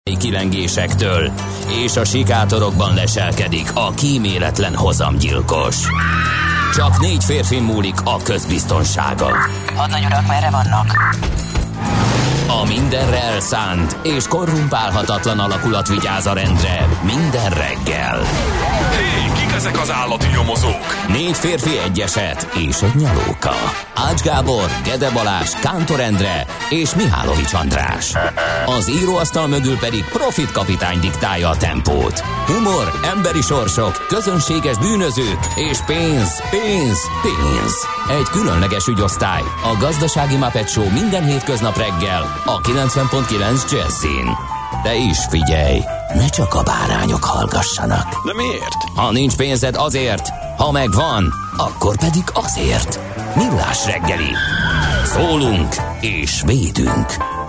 kilengésektől, és a sikátorokban leselkedik a kíméletlen hozamgyilkos. Csak 4 férfi múlik a közbiztonsága. Hadnagy urak, merre vannak? A mindenre elszánt és korrumpálhatatlan alakulat vigyáz a rendre minden reggel. Hé, kik ezek az állati nyomozók? 4 férfi, egy eset és egy nyalóka. Ács Gábor, Gede Balázs, Kántor Endre és Mihálovics András. Az íróasztal mögül pedig Profit kapitány diktálja a tempót. Humor, emberi sorsok, közönséges bűnözők és pénz, pénz, pénz. Egy különleges ügyosztály, a Gazdasági Muppet Show minden hétköznap reggel a 90.9 Jazzin. De is figyelj, ne csak a bárányok hallgassanak. De miért? Ha nincs pénzed, azért, ha megvan, akkor pedig azért. Millás reggeli. Szólunk és védünk.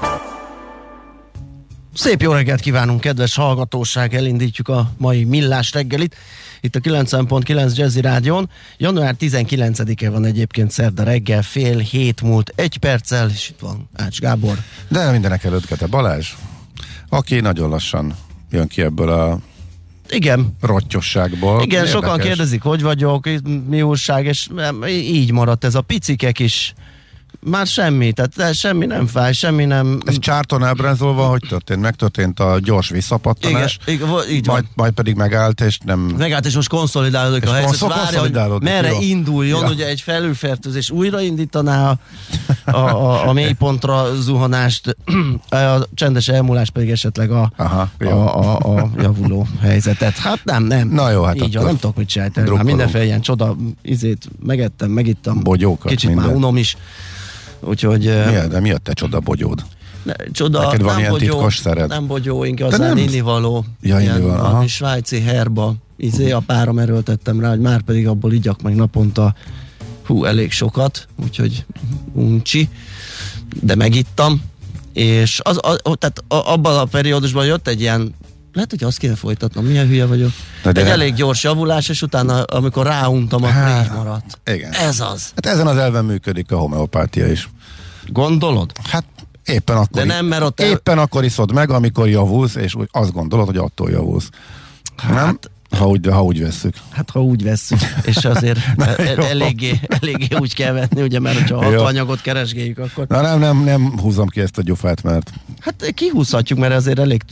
Szép jó reggelt kívánunk, kedves hallgatóság, elindítjuk a mai Millás reggelit. Itt a 90.9 Jazzy Rádión. Január 19-e van egyébként, szerda reggel, 6:30 múlt 1 perccel, és itt van Ács Gábor. De mindenek előtt Gede Balázs, aki nagyon lassan jön ki ebből a rottyosságból. Igen, érdekes. Sokan kérdezik, hogy vagyok, mi újság, és így maradt ez a picikek is. Már semmi, tehát semmi nem fáj, semmi nem... Ez csárton ábrázolva, hogy történt? Megtörtént a gyors visszapattanás, majd pedig megállt, és nem... Megállt, és most konszolidálódik a helyzet. Várja, hogy merre induljon, ugye egy felülfertőzés újraindítaná a mélypontra zuhanást, a csendes elmúlás pedig esetleg a javuló helyzetet. Hát nem. Na jó, hát így van, nem tudok mit csinálni. Hát mindenféle ilyen csoda megettem, megittam. Bogyókat, kicsit minden. Már unom is. Úgyhogy... Mi a te csoda bogyód? Csoda, neked van ilyen titkos szered? Nem bogyó, inkább az innivaló. Ja, ilyen svájci herba. A párom erőltettem rá, hogy már pedig abból igyak meg naponta elég sokat, úgyhogy de megittam, és tehát abban a periódusban jött egy ilyen, lehet, hogy azt kéne folytatnom, milyen hülye vagyok. Egy elég gyors javulás, és utána, amikor ráuntam, akkor így maradt. Igen. Ez az. Hát ezen az elven működik a homeopátia is. Gondolod? Hát éppen akkor, de nem, mert ott éppen akkor iszod meg, amikor javulsz, és azt gondolod, hogy attól javulsz. Hát, nem? Ha úgy vesszük. Hát ha úgy vesszük, és azért eléggé úgy kell vetni, ugye, mert ha hatóanyagot keresgéljük, akkor... Na nem húzom ki ezt a gyufát, mert... Hát kihúzhatjuk, mert azért elég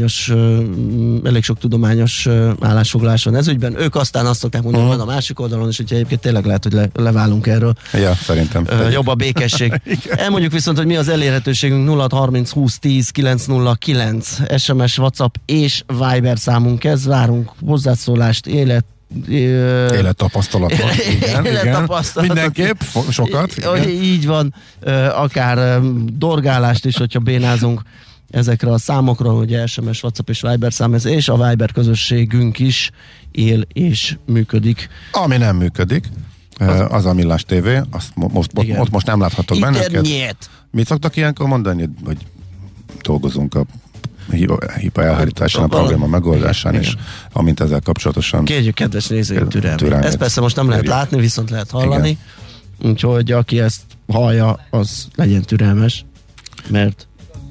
sok tudományos állásfoglalás van ez ügyben. Ők aztán azt szokták mondani, hogy van a másik oldalon, és hogyha egyébként tényleg lehet, hogy leválunk erről. Ja, szerintem. Jobb a békesség. Elmondjuk viszont, hogy mi az elérhetőségünk: 0630 20 10 909 SMS, WhatsApp és Viber számunk. Ez várunk hozzászólást, élettapasztalatot. Igen. Mindenképp, sokat. Így van, akár dorgálást is, hogyha bénázunk ezekre a számokra, hogy SMS, WhatsApp és Viber szám ez, és a Viber közösségünk is él és működik. Ami nem működik, az a Millás TV, azt most nem láthatok bennünket. Mit szoktak ilyenkor mondani, hogy dolgozunk a hiba elhárításán, a probléma megoldásán, és amint ezzel kapcsolatosan... Kérjük kedves nézők türelmét. Ezt persze most nem lehet látni, viszont lehet hallani. Igen. Úgyhogy aki ezt hallja, az legyen türelmes, mert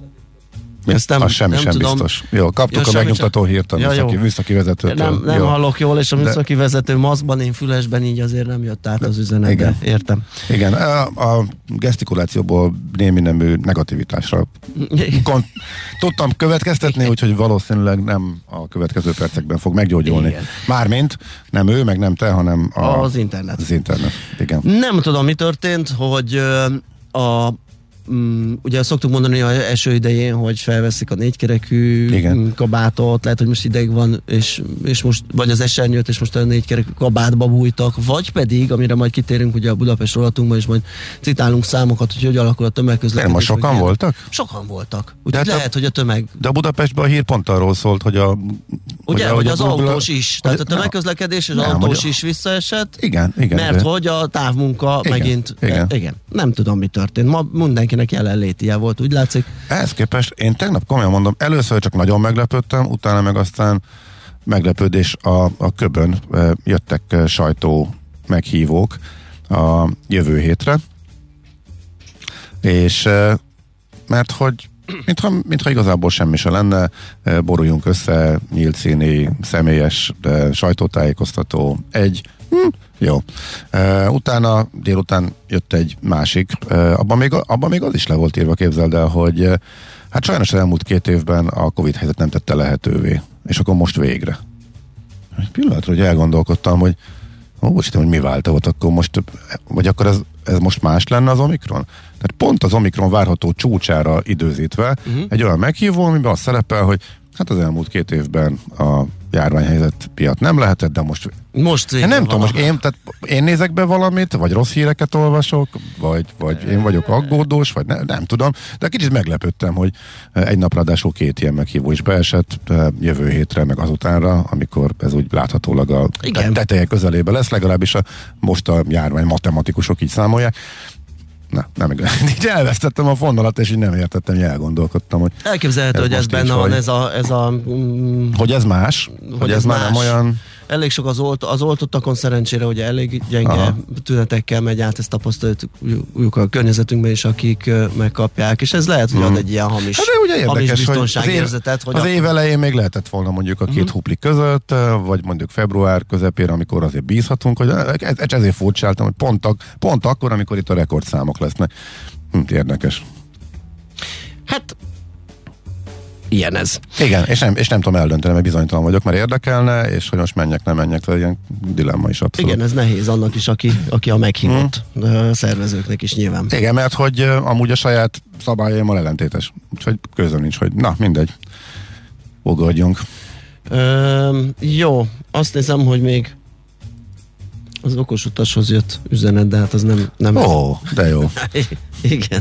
ezt nem sem tudom. Biztos. Jó, kaptuk a megnyugtató hírt a műszaki vezetőtől. Nem hallok jól, és a műszaki vezető maszkban, én fülesben, így azért nem jött át az üzenet, de értem. Igen, a gesztikulációból némi nemű negativitásra tudtam következtetni, úgyhogy valószínűleg nem a következő percekben fog meggyógyulni. Igen. Mármint nem ő, meg nem te, hanem az internet. Az internet, igen. Nem tudom, mi történt, hogy ugye szoktuk mondani az eső idején, hogy felveszik a 4-kerekű kabátot, lehet, hogy most ideig van, és most, vagy az esernyőt, és most a 4-kerekű kabátba bújtak, vagy pedig, amire majd kitérünk ugye a Budapest rovatunkban, és majd citálunk számokat, hogy alakul a tömegközlekedés. Most sokan voltak? Sokan voltak. Úgyhogy lehet, hogy a tömeg... De a Budapestben a hír pont arról szólt, hogy hogy az autós is, tehát a tömegközlekedés és az autós is visszaesett. Igen. Mert hogy a távmunka megint... Igen. Nem tudom, mi történt. Ma mindenkinek jelenlétie volt, úgy látszik. Ehhez képest én tegnap komolyan mondom, először csak nagyon meglepődtem, utána meg aztán meglepődés a Köbön jöttek sajtó meghívók a jövő hétre, és mert hogy mintha igazából semmi se lenne, boruljunk össze, nyílt színi, személyes sajtótájékoztató, jó. Utána délután jött egy másik, abban még az is le volt írva, képzeld el, hogy hát sajnos az elmúlt 2 évben a Covid helyzet nem tette lehetővé, és akkor most végre. Egy pillanatra, hogy elgondolkodtam, hogy hogy mi változott akkor most, vagy akkor ez most más lenne az Omikron? Tehát pont az Omikron várható csúcsára időzítve egy olyan meghívó, amiben az szerepel, hogy hát az elmúlt 2 évben a járványhelyzet piac nem lehetett, de most nem tudom, most én nézek be valamit, vagy rossz híreket olvasok, vagy én vagyok aggódós, vagy nem tudom, de kicsit meglepődtem, hogy egy napra adásul 2 ilyen meghívó is beesett, jövő hétre, meg azutánra, amikor ez úgy láthatólag a teteje közelébe lesz, legalábbis most a járvány matematikusok így számolják. Nem igaz. Így elvesztettem a fonalat, és így nem értettem, hogy elgondolkodtam, hogy elképzelhető, hogy ez benne van, ez a hogy ez más, hogy ez már nem olyan. Elég sok az oltottakon szerencsére, hogy elég gyenge tünetekkel megy át, ezt tapasztaljuk a környezetünkben is, akik megkapják, és ez lehet, hogy ad egy ilyen hamis biztonságérzetet. Az év elején még lehetett volna mondjuk a 2 hupli között, vagy mondjuk február közepére, amikor azért bízhatunk, hogy ezért furcsáltam, hogy pont akkor, amikor itt a rekordszámok lesznek. Érdekes. Hát ilyen ez. Igen, és nem tudom eldönteni, mert bizonytalan vagyok, mert érdekelne, és hogy most menjek, nem menjek, tehát ilyen dilemma is abszolút. Igen, ez nehéz annak is, aki a meghívott szervezőknek is nyilván. Igen, mert hogy amúgy a saját szabályaimmal ellentétes. Úgyhogy közöm nincs, hogy na, mindegy. Ugorjunk. Jó, azt nézem, hogy még az okos utashoz jött üzenet, de hát az nem de jó. Igen.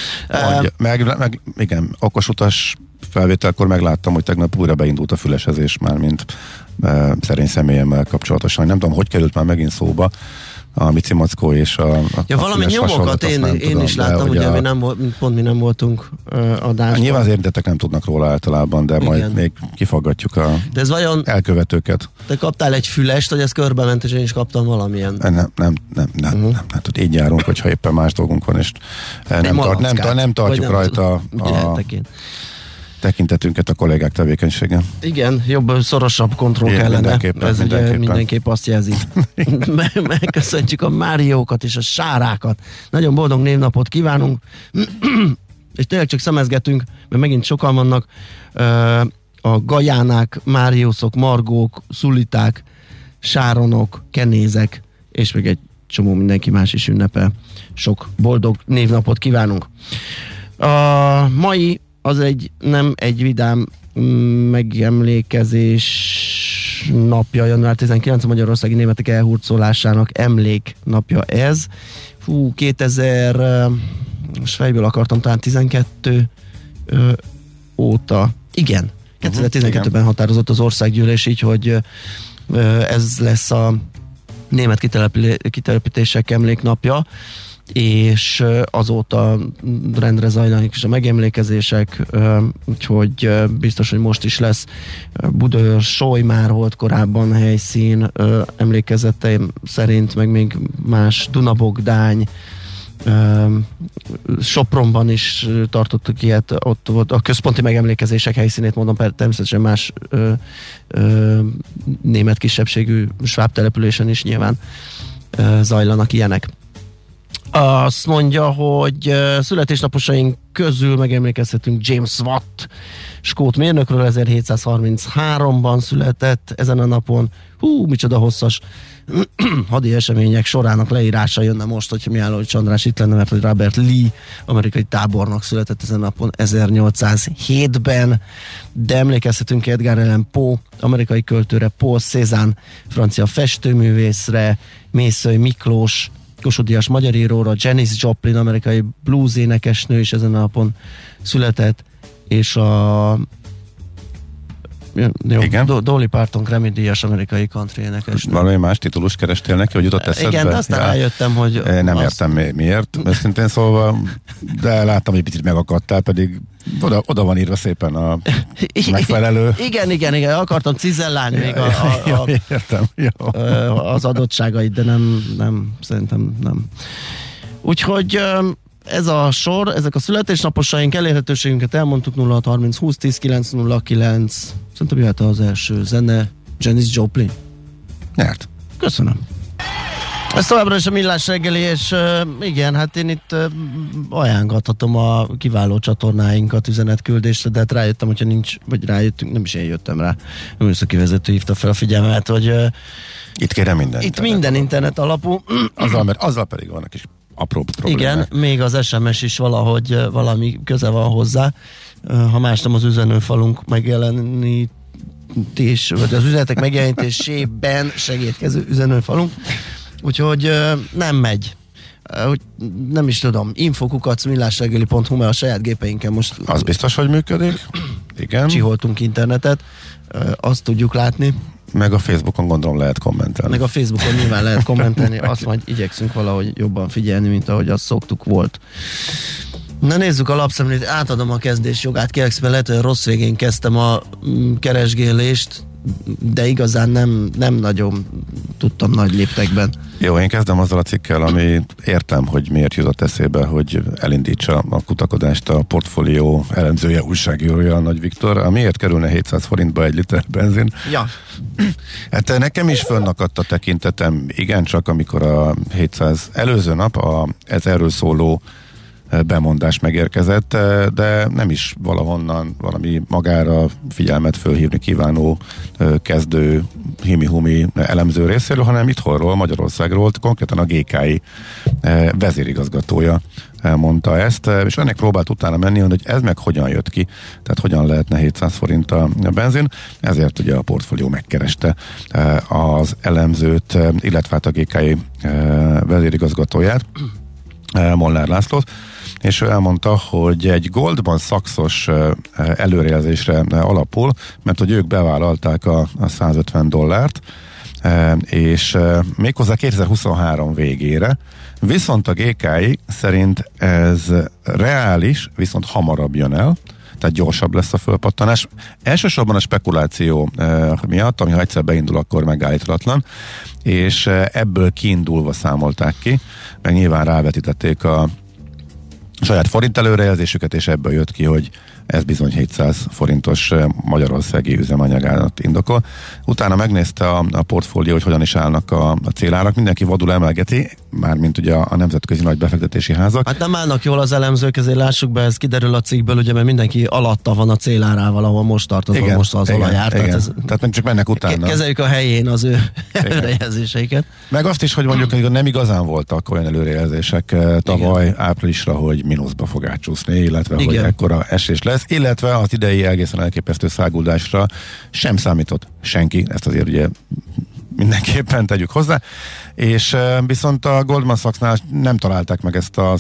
Igen, okos utas felvételkor megláttam, hogy tegnap újra beindult a fülesezés már, mint szerény személyemmel kapcsolatosan. Nem tudom, hogy került már megint szóba a Mici Mackó és a valami nyomokat én is láttam, ugye mi nem voltunk adásban. Nyilván az érintettek nem tudnak róla általában, de majd még kifaggatjuk de ez vajon elkövetőket. Te kaptál egy fülest, hogy ez körbement, és én is kaptam valamilyen? Nem, így járunk, hogyha éppen más dolgunk van, és nem tartjuk rajta tekintetünket a kollégák tevékenységen. Igen, szorosabb kontroll kellene. Ez mindenképp azt jelzi. Megköszöntjük a Máriókat és a Sárákat. Nagyon boldog névnapot kívánunk. És tényleg csak szemezgetünk, mert megint sokan vannak. A Gajánák, Máriószok, Margók, Szuliták, Sáronok, Kenézek, és még egy csomó mindenki más is ünnepel. Sok boldog névnapot kívánunk. A mai az nem egy vidám megemlékezés napja, január 19, a magyarországi németek elhurcolásának emléknapja ez. 2000, most fejből akartam, talán 12 óta, igen, 2012-ben határozott az országgyűlés így, hogy ez lesz a német kitelepítések emléknapja, és azóta rendre zajlanak is a megemlékezések, úgyhogy biztos, hogy most is lesz. Budaör, Soly már volt korábban helyszín, emlékezeteim szerint, meg még más, Dunabogdány, Sopronban is tartottuk ilyet, ott volt a központi megemlékezések helyszínét, mondom, természetesen más német kisebbségű sváb településen is nyilván zajlanak ilyenek. Azt mondja, hogy születésnaposaink közül megemlékezhetünk James Watt, skót mérnökről, 1733-ban született ezen a napon. Micsoda hosszas hadi események sorának leírása jönne most, hogyha Mihálovics András itt lenne, mert hogy Robert Lee, amerikai tábornok született ezen a napon 1807-ben, de emlékezhetünk Edgar Allan Poe, amerikai költőre, Paul Cézanne, francia festőművészre, Mészöly Miklós, Kossuth Díjas magyar íróra, Janis Joplin, amerikai blues énekesnő is ezen a napon született, és a Dolly Parton Grammy díjas amerikai country énekesnő. Valami más titulus kerestél neki, hogy jutott eszedbe? Igen, de aztán rájöttem, hogy... Nem értem miért, őszintén szólva, de láttam, hogy picit megakadtál, pedig oda van írva szépen a megfelelő... Igen, akartam cizellálni még értem. Az adottságait, de nem, szerintem nem. Úgyhogy ez a sor, ezek a születésnaposaink, elérhetőségünket elmondtuk, 0630 20 10 909. Szerintem jöhet az első zene, Janis Joplin. Nyert. Köszönöm. Ez továbbra is a Millás reggeli, és igen, hát én itt ajánlgathatom a kiváló csatornáinkat üzenetküldésre, de hát rájöttem, hogyha nincs, vagy rájöttünk, nem is én jöttem rá. A műszaki vezető hívta fel a figyelmet, hogy itt kérem minden. Itt minden internet alapú. Azzal pedig vannak is apró problémák. Igen, még az SMS is valahogy valami köze van hozzá. Ha más nem az üzenőfalunk megjelenítés, vagy az üzenetek megjelenítésében segítkező üzenőfalunk. Úgyhogy nem megy. Nem is tudom. info@millásreggeli.hu, mert a saját gépeinken most... Az biztos, hogy működik. Igen. Csiholtunk internetet. Azt tudjuk látni. Meg a Facebookon gondolom lehet kommentelni. Meg a Facebookon nyilván lehet kommentelni. Azt majd igyekszünk valahogy jobban figyelni, mint ahogy azt szoktuk volt. Na nézzük a lapszemlét. Átadom a kezdés jogát. Kérlek, mert lehet, hogy rossz végén kezdtem a keresgélést, de igazán nem nagyon tudtam nagy léptekben. Jó, én kezdem azzal a cikkel, ami értem, hogy miért jutott eszébe, hogy elindítsa a kutakodást a Portfólió elemzője, újságírója, Nagy Viktor. Miért kerülne 700 forintba egy liter benzin? Ja. Hát nekem is fönnakadt a tekintetem, igencsak, amikor a 700 előző nap ez erről szóló bemondás megérkezett, de nem is valahonnan valami magára figyelmet fölhívni kívánó kezdő himi-humi elemző részéről, hanem itthonról, Magyarországról, konkrétan a GKI vezérigazgatója mondta ezt, és ennek próbált utána menni, hogy ez meg hogyan jött ki, tehát hogyan lehetne 700 forint a benzin, ezért ugye a Portfólió megkereste az elemzőt, illetve a GKI vezérigazgatóját, Molnár Lászlót, és ő elmondta, hogy egy Goldman Sachs-os előrejelzésre alapul, mert hogy ők bevállalták a $150, és méghozzá 2023 végére, viszont a GKI szerint ez reális, viszont hamarabb jön el, tehát gyorsabb lesz a fölpattanás. Elsősorban a spekuláció miatt, ami ha egyszer beindul, akkor megállíthatatlan, és ebből kiindulva számolták ki, meg nyilván rávetítették a saját forint előrejelzésüket, és ebből jött ki, hogy ez bizony 700 forintos magyarországi üzemanyagárat indokol. Utána megnézte a portfólió, hogy hogyan is állnak a célárak. Mindenki vadul emelgeti, mármint ugye a nemzetközi nagy befektetési házak. Hát nem állnak jól az elemzők, ezért lássuk be, ez kiderül a cikkből, ugye, mert mindenki alatta van a célárával, ahol most tart, igen, most az olajár. Tehát nem csak mennek utána. Kezeljük a helyén az ő előrejelzéseiket. Meg azt is, hogy mondjuk nem igazán voltak olyan előrejelzések tavaly áprilisra, hogy mínuszba fog átcsúszni, illetve hogy ekkora esés lesz, illetve az idei egészen elképesztő száguldásra sem számított senki, ezt azért ugye mindenképpen tegyük hozzá, és viszont a Goldman Sachsnál nem találták meg ezt a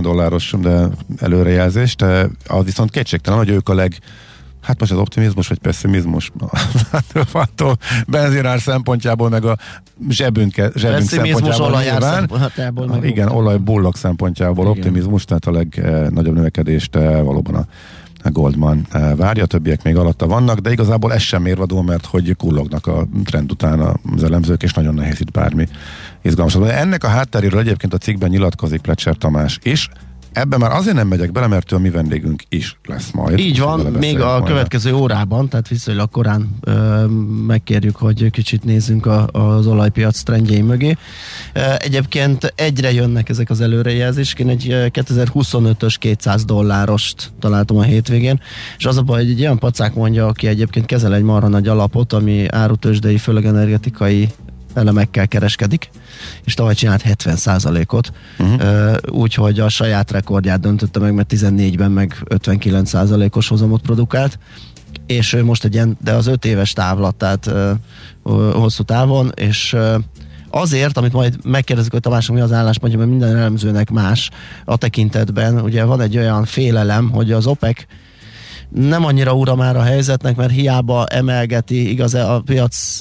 $150 előrejelzést, az viszont kétségtelen, hogy ők a hát most az optimizmus vagy pessimizmus attól benzinár szempontjából, meg a zsebünk szempontjából nyilván. Igen, olajbullog szempontjából igen. Optimizmus, tehát a legnagyobb növekedést valóban a Goldman várja, többiek még alatta vannak, de igazából ez sem mérvadó, mert hogy kullognak a trend után az elemzők, és nagyon nehéz itt bármi izgalmas. Ennek a hátteréről egyébként a cikkben nyilatkozik Plecser Tamás is. Ebben már azért nem megyek bele, mert ő a mi vendégünk is lesz majd. Így van, még a következő órában, tehát viszonylag korán megkérjük, hogy kicsit nézzünk az olajpiac trendjei mögé. Egyébként egyre jönnek ezek az előrejelzések. Én egy 2025-ös $200 találtam a hétvégén, és az a baj, hogy egy olyan pacák mondja, aki egyébként kezel egy marha nagy alapot, ami árutőzsdei, főleg energetikai elemekkel kereskedik, és tavaly csinált 70%-ot, úgyhogy a saját rekordját döntötte meg, mert 14-ben meg 59%-os hozamot produkált, és most egy ilyen, de az 5 éves távlat, tehát hosszú távon, és azért, amit majd megkérdezik, hogy Tamásnak mi az álláspontja, mert minden elemzőnek más a tekintetben, ugye van egy olyan félelem, hogy az OPEC nem annyira ura már a helyzetnek, mert hiába emelgeti igaz a piac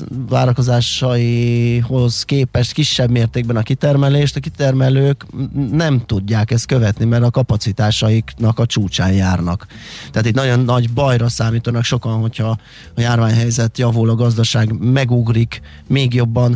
várakozásaihoz képest kisebb mértékben a kitermelést, a kitermelők nem tudják ezt követni, mert a kapacitásaiknak a csúcsán járnak. Tehát itt nagyon nagy bajra számítanak sokan, hogyha a járványhelyzet javul, a gazdaság megugrik még jobban,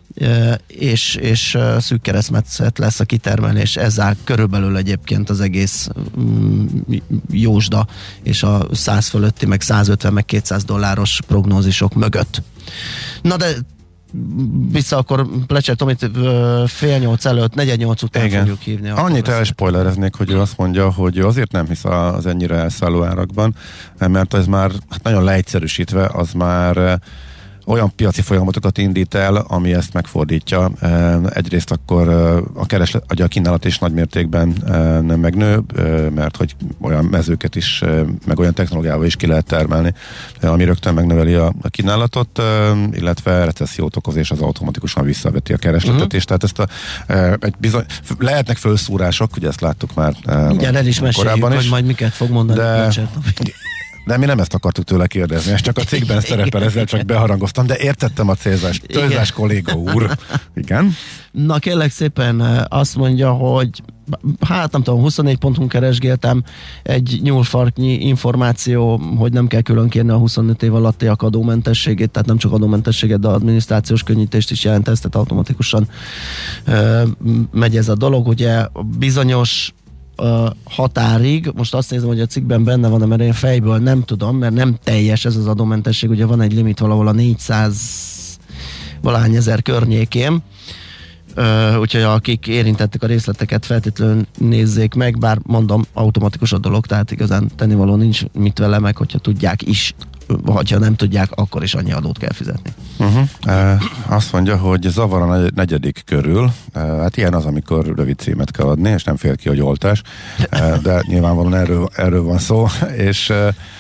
és szűk keresztmetszet lesz a kitermelés. Ez áll körülbelül egyébként az egész jósda és a 100 fölötti, meg 150, meg $200 prognózisok mögött. Na de vissza akkor Plecser Tomit 7:30 előtt, 7:45 után fogjuk hívni. Annyit elspoilereznék, hogy ő azt mondja, hogy ő azért nem hisz az ennyire elszálló árakban, mert ez már nagyon leegyszerűsítve, az már olyan piaci folyamatokat indít el, ami ezt megfordítja. Egyrészt akkor a kereslet, a kínálat is nagy mértékben nem megnő, mert hogy olyan mezőket is, meg olyan technológiával is ki lehet termelni, ami rögtön megnöveli a kínálatot, illetve recessziót okoz, és az automatikusan visszaveti a keresletet, és tehát ezt lehetnek fölszúrások, ugye ezt láttuk már igen, el is meséljük, hogy majd miket fog mondani. De mi nem ezt akartuk tőle kérdezni, ez csak a cikkben szerepel, ezzel csak beharangoztam, de értettem a célzást. Célzás kolléga úr. Igen? Na kérlek szépen azt mondja, hogy hát nem tudom, 24 ponton keresgéltem egy nyúlfarknyi információ, hogy nem kell külön kérni a 25 év alattiak adómentességét, tehát nem csak adómentességet, de adminisztrációs könnyítést is jelent ez, tehát automatikusan megy ez a dolog. Ugye bizonyos határig, most azt nézem, hogy a cikkben benne van, mert én fejből nem tudom, mert nem teljes ez az adómentesség, ugye van egy limit valahol a 400 valahány ezer környékén, úgyhogy akik érintettek a részleteket feltétlenül nézzék meg, bár mondom, automatikus a dolog, tehát igazán tennivaló nincs mit vele, meg hogyha tudják is, ha nem tudják, akkor is annyi adót kell fizetni. Azt mondja, hogy zavar a negyedik körül. Hát ilyen az, amikor rövid címet kell adni, és nem fél ki, hogy oltás. De nyilvánvalóan erről van szó. És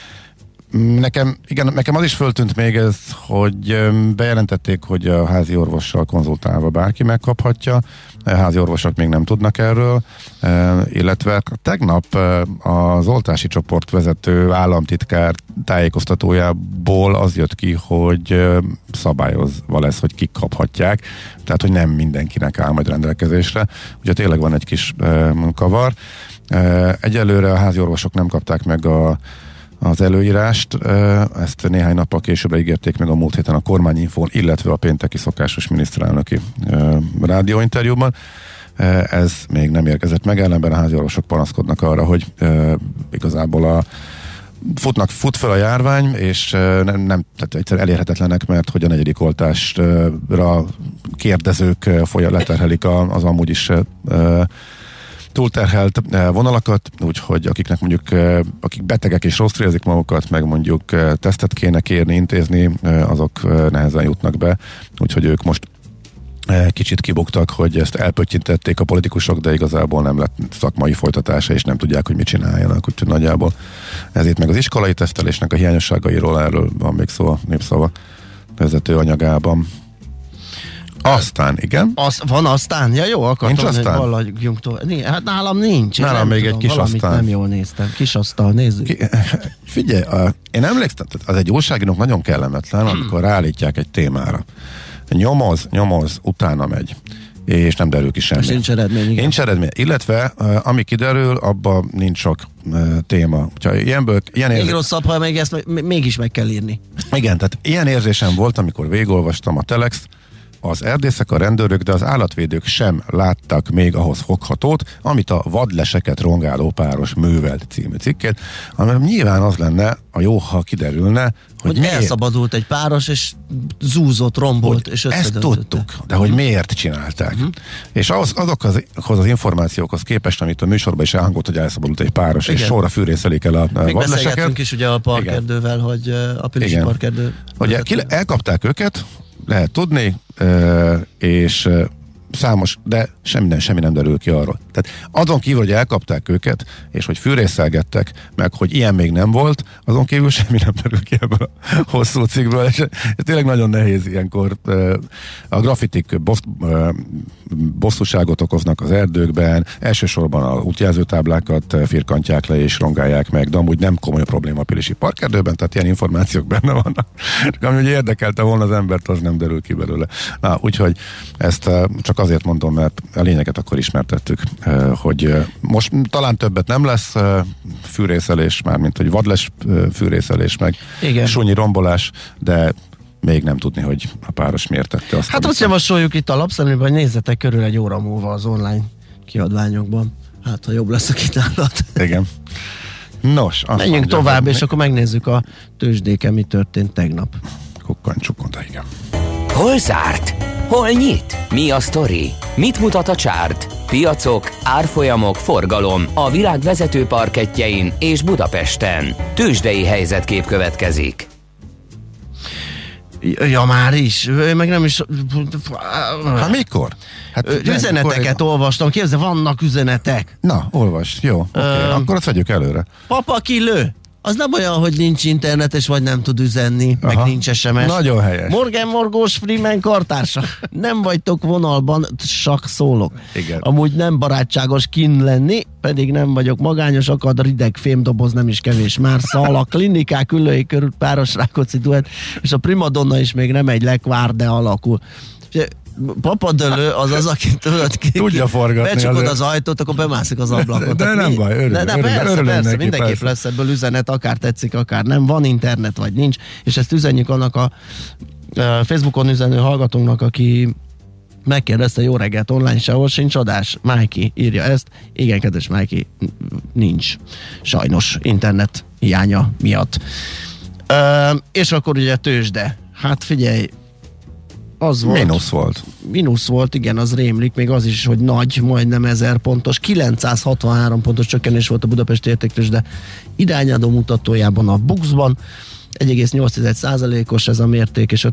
nekem az is föltűnt még ez, hogy bejelentették, hogy a házi orvossal konzultálva bárki megkaphatja. A házi orvosok még nem tudnak erről, illetve tegnap az oltási csoport vezető államtitkár tájékoztatójából az jött ki, hogy szabályozva lesz, hogy kik kaphatják, tehát hogy nem mindenkinek áll majd rendelkezésre. Ugye tényleg van egy kis kavar. Egyelőre a házi orvosok nem kapták meg az előírást, ezt néhány nappal később ígérték meg a múlt héten a kormányinfón, illetve a pénteki szokásos miniszterelnöki rádióinterjúban. Ez még nem érkezett meg, ellenben a házi orvosok panaszkodnak arra, hogy igazából fut fel a járvány, és nem tehát egyszer elérhetetlenek, mert hogy a negyedik oltásra kérdezők leterhelik az amúgy is túlterhelt vonalakat, úgyhogy akik betegek és rosszul érzik magukat, meg mondjuk tesztet kéne kérni, intézni, azok nehezen jutnak be, úgyhogy ők most kicsit kibuktak, hogy ezt elpöttyintették a politikusok, de igazából nem lett szakmai folytatása, és nem tudják, hogy mit csináljanak, úgyhogy nagyjából ezért meg az iskolai tesztelésnek a hiányosságairól, erről van még szó a Népszava vezető anyagában. Aztán, igen. Van aztán? Ja, jó, akartam, nincs aztán? Hát nálam nincs. Nálam még tudom, egy kis aztán. Nem jól néztem. Kis asztal, nézzük. Figyelj, én emlékszem, az egy újságírónak nagyon kellemetlen, amikor ráállítják egy témára. Nyomoz, utána megy. És nem derül ki semmi. Nincs eredmény, igen. Nincs eredmény. Illetve, ami kiderül, abban nincs sok téma. Még rosszabb, ha még ezt mégis meg kell írni. Igen, tehát ilyen érzésem volt, amikor végigolvastam a Telex, az erdészek, a rendőrök, de az állatvédők sem láttak még ahhoz foghatót, amit a vadleseket rongáló páros művelt című cikkét, ami nyilván az lenne a jó, ha kiderülne, hogy elszabadult egy páros, és zúzott, rombolt, és ezt tudtuk, de hogy miért csinálták. És azokhoz az információkhoz képest, amit a műsorban is elhangolt, hogy elszabadult egy páros, igen, és sorra fűrészelik el a vadleseket. Még beszélgettünk is ugye a parkerdővel, hogy a Pilisi parkerdő. Ugye elkapták őket, lehet tudni, és számos, de semmi nem derül ki arról. Tehát azon kívül, hogy elkapták őket, és hogy fűrészelgettek, meg hogy ilyen még nem volt, azon kívül semmi nem derül ki ebből a hosszú cikkből, és tényleg nagyon nehéz ilyenkor. A grafitik bosszúságot okoznak az erdőkben, elsősorban a útjelzőtáblákat firkantják le és rongálják meg, de amúgy nem komoly probléma a Pilisi parkerdőben, tehát ilyen információk benne vannak. Ami ugye érdekelte volna az embert, az nem derül ki belőle. Úgyhogy ezt csak azért mondom, mert a lényeget akkor ismertettük, hogy most talán többet nem lesz fűrészelés, mármint hogy vadles fűrészelés, meg súnyi rombolás, de még nem tudni, hogy a páros miért tette azt. Hát azt javasoljuk itt a lapszemlében, hogy nézzetek körül egy óra múlva az online kiadványokban. Hát, ha jobb lesz a kínálat. Igen. Nos, menjünk tovább, és akkor megnézzük a tőzsdéken, mi történt tegnap. Kukkancsuk oda, igen. Hol zárt? Hol nyit? Mi a sztori? Mit mutat a csárt? Piacok, árfolyamok, forgalom a világ vezető parkettjein és Budapesten. Tőzsdei helyzetkép következik. Ja, már is. Meg nem is... Hát mikor? Hát üzeneteket olvastam. Képzeld, vannak üzenetek. Na, olvasd. Jó, akkor azt vegyük előre. Papa kilő. Az nem olyan, hogy nincs internetes, vagy nem tud üzenni, meg nincs SMS. Nagyon helyes. Morgan Morgós Freeman kartársa. Nem vagytok vonalban, csak szólok. Igen. Amúgy nem barátságos kinn lenni, pedig nem vagyok magányos, akad rideg fémdoboz, nem is kevés már szal. A klinikák ülői körül páros Rákóczi duett, és a primadonna is még nem egy lekvárde alakul. Papadölő az, aki tudja forgatni. Becsukod az ajtót, akkor bemászik az ablakot. De nem baj, persze, mindenképp lesz ebből üzenet, akár tetszik, akár nem. Van internet, vagy nincs, és ezt üzenjük annak a Facebookon üzenő hallgatónknak, aki megkérdezte, jó reggelt, online sehol sincs adás. Májki írja ezt. Igen, kedves Májki, nincs. Sajnos internet hiánya miatt. És akkor ugye tőzsde. Hát figyelj, az volt. Mínusz volt, igen, az rémlik, még az is, hogy nagy, majdnem 1000 pontos, 963 pontos csökkenés volt a Budapesti értéktőzsde irányadó mutatójában a BUX-ban, 1,8%-os ez a mérték, és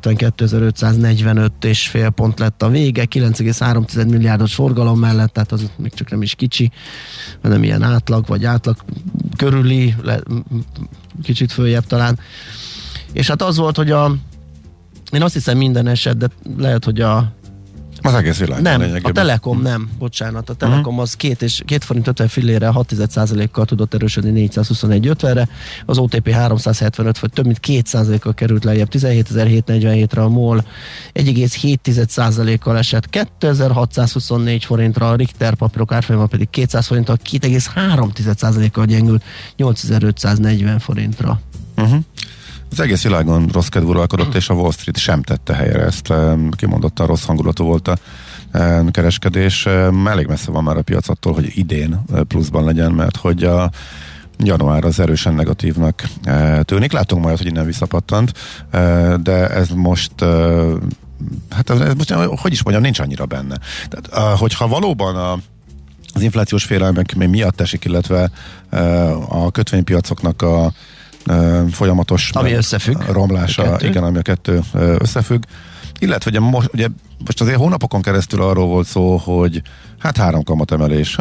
52.545,5 pont lett a vége, 9,3 milliárdos forgalom mellett, tehát az még csak nem is kicsi, hanem ilyen átlag, vagy átlag körüli, kicsit följebb talán. És hát az volt, hogy én azt hiszem minden eset, de lehet, hogy az egész világ. Nem, a Telekom nem, bocsánat. A Telekom az 2 forint 50 fillére 6,1%-kal tudott erősödni 421,50-re, az OTP 375, vagy több mint 2%-kal került lejjebb 17.747-re, a MOL 1,7%-kal esett 2624 forintra, a Richter papírok árfolyama pedig 200 forinttal 2,3%-kal gyengült 8540 forintra. Az egész világon rossz kedv uralkodott, és a Wall Street sem tette helyre ezt. Kimondottan rossz hangulatú volt a kereskedés. Elég messze van már a piac attól, hogy idén pluszban legyen, mert hogy a január az erősen negatívnak tűnik. Látunk majd, hogy innen visszapattant, de ez most hát ez most, hogy is mondjam, nincs annyira benne. Tehát, hogyha valóban az inflációs félelmek miatt esik, illetve a kötvénypiacoknak a folyamatos romlása, igen, ami a kettő összefügg. Illetve ugye most azért hónapokon keresztül arról volt szó, hogy hát 3 kamatemelés,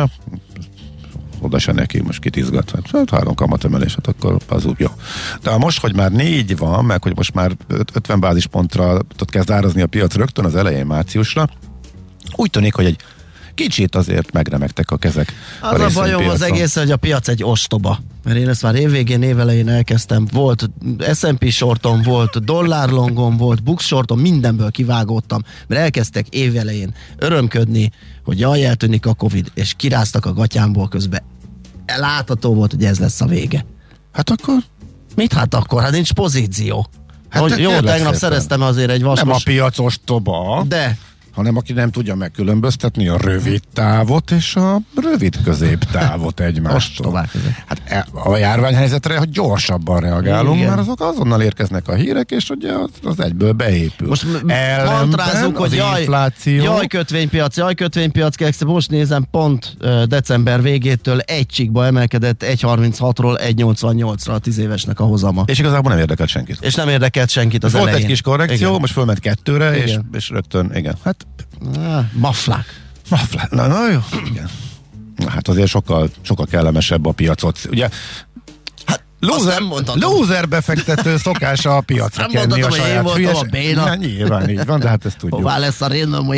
oda se neki, most kitizgat, hát 3 kamatemelés, hát akkor az úgy jó. De most, hogy már 4 van, meg hogy most már 50 bázispontra kezd árazni a piac rögtön az elején márciusra, úgy tűnik, hogy egy kicsit azért megremegtek a kezek. Az a bajom az egész, hogy a piac egy ostoba. Mert én ezt már évvégén, évelején elkezdtem. Volt S&P shortom, volt dollárlongom, volt Bux shortom, mindenből kivágódtam. Mert elkezdtek évelején örömködni, hogy jaj, eltűnik a Covid, és kiráztak a gatyámból közben. Látható volt, hogy ez lesz a vége. Hát akkor? Mit hát akkor? Hát nincs pozíció. Hát jó, tegnap szereztem azért egy vasmas... Nem a piac ostoba. De... hanem aki nem tudja megkülönböztetni a rövid távot és a rövid középtávot egymástól. Hát a járványhelyzetre, hogy gyorsabban reagálunk, igen, mert azok azonnal érkeznek a hírek, és ugye az egyből beépül. Most mantrázunk, hogy jaj kötvénypiac, most nézem, pont december végétől egy csíkba emelkedett 1,36-ról 1,88-ra a 10 évesnek a hozama. És igazából nem érdekelt senkit. És nem érdekelt senkit az volt elején. Egy kis korrekció, igen, most fölment 2-re, és rögtön, igen. Hát Maflák. Na jó, igen. Hát azért sokkal kellemesebb a piacot. Ugye, hát loser befektető szokása a piacra kenni a saját hülyes. Nyilván így van, de hát ezt tudjuk. Hová lesz a renomé?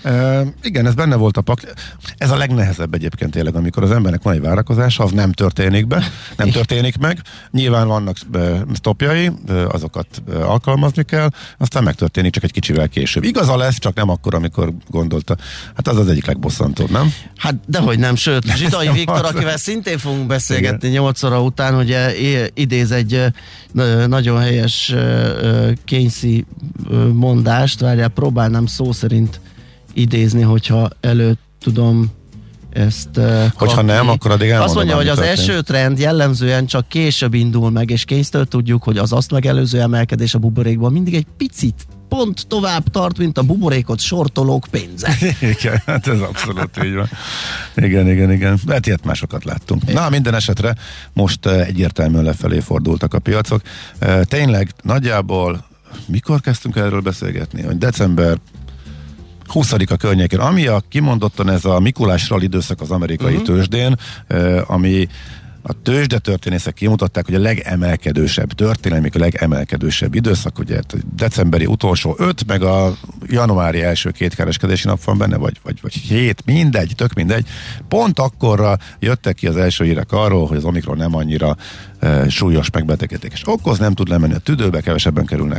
Igen, ez benne volt a ez a legnehezebb egyébként tényleg, amikor az embernek van egy várakozása, az nem történik meg. Nyilván vannak sztopjai, azokat alkalmazni kell, aztán megtörténik csak egy kicsivel később. Igaza lesz, csak nem akkor, amikor gondolta. Hát az egyik legbosszantóbb, nem? Hát dehogy nem, sőt, Zsidai Viktor, akivel szintén fogunk beszélgetni 8 óra után, ugye idéz egy nagyon helyes Keynesi mondást, várjál, próbálnám szó szerint idézni, hogyha elő tudom ezt hogyha nem, akkor addig elmondom. Azt mondja, hogy az esőtrend jellemzően csak később indul meg, és Keynestől tudjuk, hogy az azt megelőző emelkedés a buborékban mindig egy picit pont tovább tart, mint a buborékot sortolók pénze. Igen, hát ez abszolút így van. Igen. Hát ilyet másokat láttunk. Igen. Na, minden esetre most egyértelműen lefelé fordultak a piacok. Tényleg nagyjából mikor kezdtünk erről beszélgetni? Hogy december 20-a környékén, ami kimondottan ez a Mikulás rally időszak az amerikai tőzsdén, ami a tőzsdetörténészek kimutatták, hogy a legemelkedősebb, történelmi legemelkedősebb időszak, ugye decemberi utolsó 5, meg a januári első 2 kereskedési nap van benne, vagy 7, mindegy, tök mindegy. Pont akkorra jöttek ki az első hírek arról, hogy az Omikron nem annyira súlyos megbetegedés okoz, nem tud lemenni a tüdőbe, kevesebben kerülnek.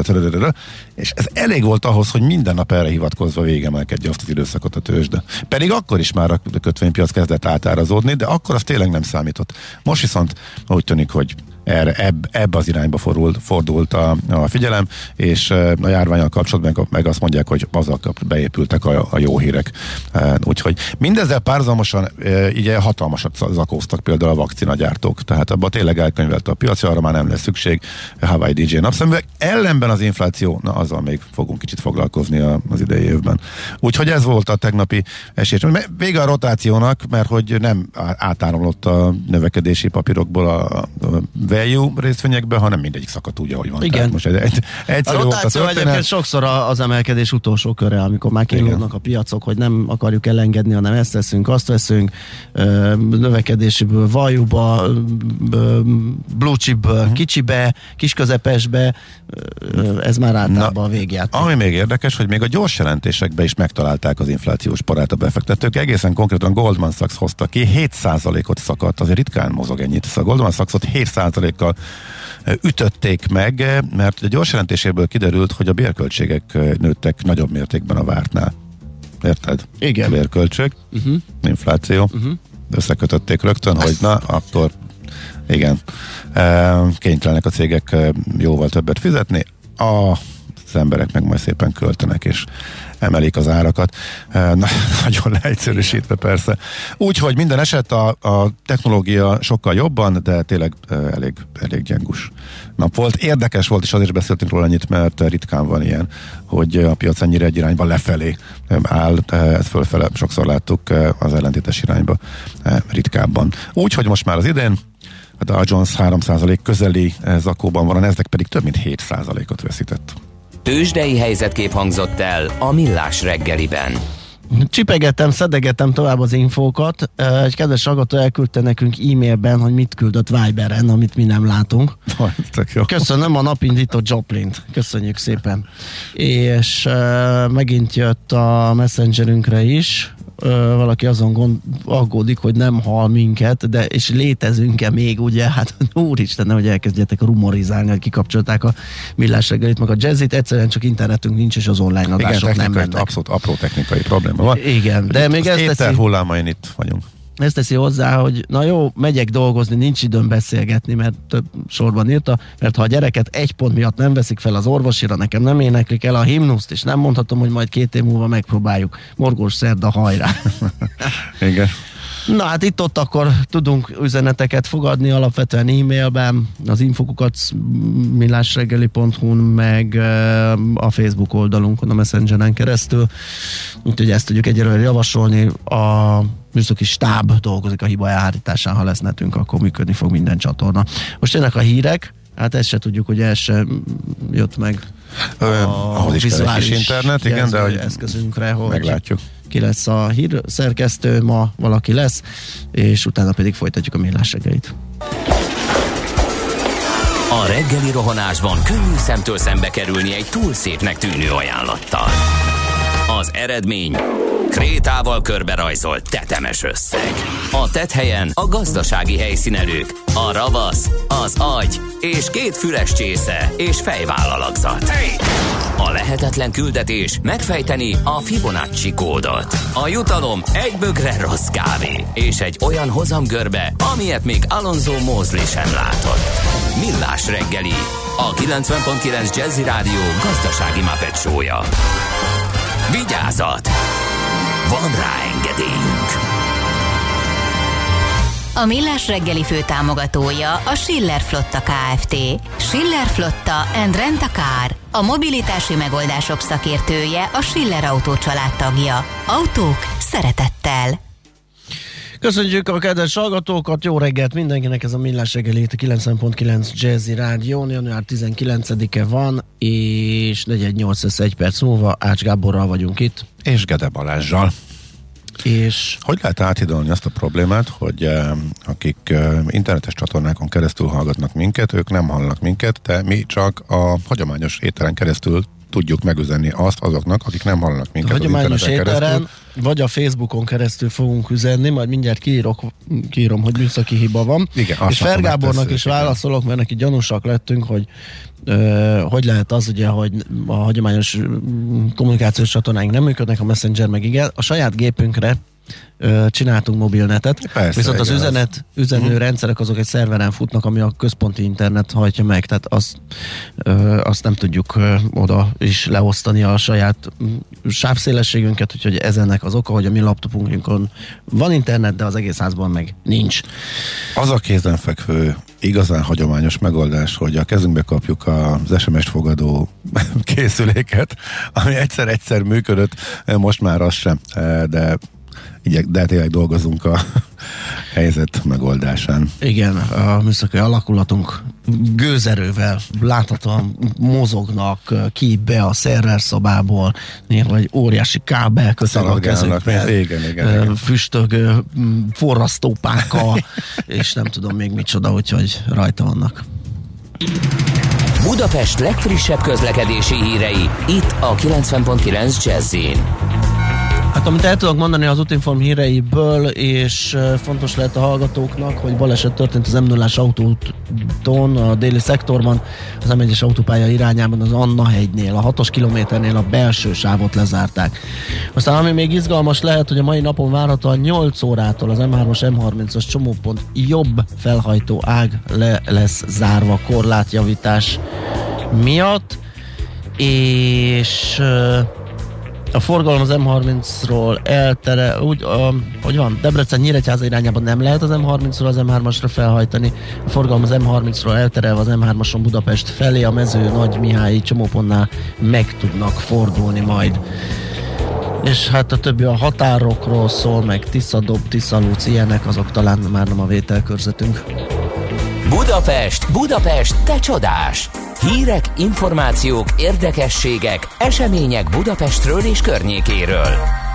És ez elég volt ahhoz, hogy minden nap erre hivatkozva végemelkedje azt az időszakot a tőzsde. Pedig akkor is már a kötvénypiac kezdett átárazódni, de akkor az tényleg nem számított. Most viszont úgy tűnik, hogy ebbe az irányba fordult a figyelem, és a járvánnyal kapcsolatban meg azt mondják, hogy azzal beépültek a jó hírek. Úgyhogy mindezzel párhuzamosan ugye hatalmasat zakóztak például a vakcinagyártók, tehát abban tényleg elkönyvelte a piac, arra már nem lesz szükség. Hawaii DJ napszemüveg. Ellenben az infláció, na azzal még fogunk kicsit foglalkozni az idei évben. Úgyhogy ez volt a tegnapi esély. Vége a rotációnak, mert hogy nem átáramlott a növekedési papírokból a value részvényekbe, hanem mindegyik szakadt úgy, ahogy van. Igen. Most a rotáció egyébként sokszor az emelkedés utolsó köre, amikor már kínlódnak a piacok, hogy nem akarjuk elengedni, hanem ezt veszünk, azt veszünk, növekedésiből value-ba, blue chipből kicsibe, kisközepesbe, ez már általában a végjáték. Ami még érdekes, hogy még a gyors jelentésekben is megtalálták az inflációs parát a befektetők. Egészen konkrétan Goldman Sachs hozta ki, 7%-ot szakadt, azért ritkán mozog ennyit. A Goldman Sachsot 7%-kal ütötték meg, mert a gyors jelentéséből kiderült, hogy a bérköltségek nőttek nagyobb mértékben a vártnál. Érted? Igen. Bérköltség, infláció. Összekötötték rögtön, hogy na, akkor igen, kénytelenek a cégek jóval többet fizetni, az emberek meg majd szépen költenek, és emelik az árakat. Nagyon leegyszerűsítve persze. Úgyhogy minden eset a technológia sokkal jobban, de tényleg elég gyengus nap volt. Érdekes volt, és azért beszéltünk róla annyit, mert ritkán van ilyen, hogy a piac ennyire egy irányba lefelé áll, ezt fölfele sokszor láttuk az ellentétes irányba ritkábban. Úgyhogy most már az idén a Dow Jones 3% közeli zakóban van, a Nasdaq pedig több mint 7%-ot veszített. Tőzsdei helyzetkép hangzott el a Millás reggeliben. Csipegettem, szedegettem tovább az infókat. Egy kedves hallgató elküldte nekünk e-mailben, hogy mit küldött Viberen, amit mi nem látunk. Köszönöm a napindító Joplint. Köszönjük szépen. És megint jött a messengerünkre is. Valaki azon aggódik, hogy nem hall minket, de és létezünk-e még, ugye? Hát úristen, hogy elkezdjetek rumorizálni, hogy kikapcsolták a Millás reggelit, meg a Jazzit, egyszerűen csak internetünk nincs, és az online adások nem mennek. Abszolút apró technikai probléma van. Igen, de még ezt teszi... hullámain itt vagyunk. Ezt teszi hozzá, hogy na jó, megyek dolgozni, nincs időm beszélgetni, mert több sorban írta, mert ha a gyereket egy pont miatt nem veszik fel az orvosira, nekem nem éneklik el a himnuszt, és nem mondhatom, hogy majd 2 év múlva megpróbáljuk. Morgós szerda, hajrá! Igen. Na hát itt-ott akkor tudunk üzeneteket fogadni, alapvetően e-mailben, az infokukat millásreggeli.hu-n, meg a Facebook oldalunkon, a Messengeren keresztül. Úgyhogy ezt tudjuk egyelőre javasolni. A műszaki stáb dolgozik a hiba elhárításán, ha lesz netünk, akkor működni fog minden csatorna. Most jönnek a hírek, hát ezt se tudjuk, hogy el se jött meg ahhoz is vizuális internet, igen, de hogy eszközünkre, hogy meglátjuk. Ki lesz a hírszerkesztő, ma valaki lesz, és utána pedig folytatjuk a Millás reggelit. A reggeli rohanásban könnyű szemtől szembe kerülni egy túl szépnek tűnő ajánlattal. Az eredmény? Krétával körberajzolt tetemes összeg. A tetthelyen a gazdasági helyszínelők, a ravasz, az agy és 2 füles csésze és fejvállalakzat. A lehetetlen küldetés megfejteni a Fibonacci kódot. A jutalom egy bögre rossz kávé és egy olyan hozamgörbe, amilyet még Alonso Mosley sem látott. Millás reggeli, a 90.9 Jazzy Rádió gazdasági Muppet show-ja. Vigyázat! Van rá engedélyünk! A Millás reggeli főtámogatója a Schiller Flotta Kft. Schiller Flotta and Rent a Car. A mobilitási megoldások szakértője, a Schiller Autó családtagja. Autók szeretettel. Köszönjük a kedves hallgatókat, jó reggelt mindenkinek, ez a Millás reggeli, a 90.9 Jazzy Rádión, január 19-e van, és 418 lesz 1 perc múlva, Ács Gáborral vagyunk itt. És Gede Balázsral. És hogy lehet áthidalni azt a problémát, hogy akik internetes csatornákon keresztül hallgatnak minket, ők nem hallanak minket, de mi csak a hagyományos éteren keresztül tudjuk megüzenni azt azoknak, akik nem hallanak minket. A hagyományos éteren, vagy a Facebookon keresztül fogunk üzenni, majd mindjárt kiírom, hogy műszaki hiba van. Igen, és Fergábornak is válaszolok, mert neki gyanúsak lettünk, hogy lehet az, ugye, hogy a hagyományos kommunikációs csatornáink nem működnek, a Messenger meg igen. A saját gépünkre csináltunk mobilnetet, persze, viszont az üzenő rendszerek azok egy szerveren futnak, ami a központi internet hajtja meg, tehát azt nem tudjuk oda is leosztani a saját sávszélességünket, úgyhogy ez ennek az oka, hogy a mi laptopunkon van internet, de az egész házban meg nincs. Az a kézenfekvő, igazán hagyományos megoldás, hogy a kezünkbe kapjuk az SMS-t fogadó készüléket, ami egyszer működött, most már az sem, de tényleg dolgozunk a helyzet megoldásán. Igen, a műszaki alakulatunk gőzerővel láthatóan mozognak ki be a szerverszobából, néha egy óriási kábel köteg a kezükkel, igen. füstögő forrasztópákkal, és nem tudom még micsoda, úgyhogy rajta vannak. Budapest legfrissebb közlekedési hírei, itt a 90.9 Jazzyn. Hát amit el tudok mondani az Útinform híreiből, és fontos lehet a hallgatóknak, hogy baleset történt az M0-ás autóúton, a déli szektorban, az M1-es autópálya irányában, az Anna hegynél, a 6-os kilométernél a belső sávot lezárták. Aztán ami még izgalmas lehet, hogy a mai napon várhatóan 8 órától az M3-as M30-as csomópont jobb felhajtó ág le lesz zárva korlátjavítás miatt, és a forgalom az M30-ról hogy van, Debrecen-Nyíregyháza irányában nem lehet az M30-ról az M3-asra felhajtani, a forgalom az M30-ról elterelve az M3-ason Budapest felé, a Mező Nagy Mihályi csomópontnál meg tudnak fordulni majd. És hát a többi a határokról szól, meg Tisza-Dob, Tisza-Lúc, ilyenek, azok talán már nem a vételkörzetünk. Budapest, te csodás! Hírek, információk, érdekességek, események Budapestről és környékéről.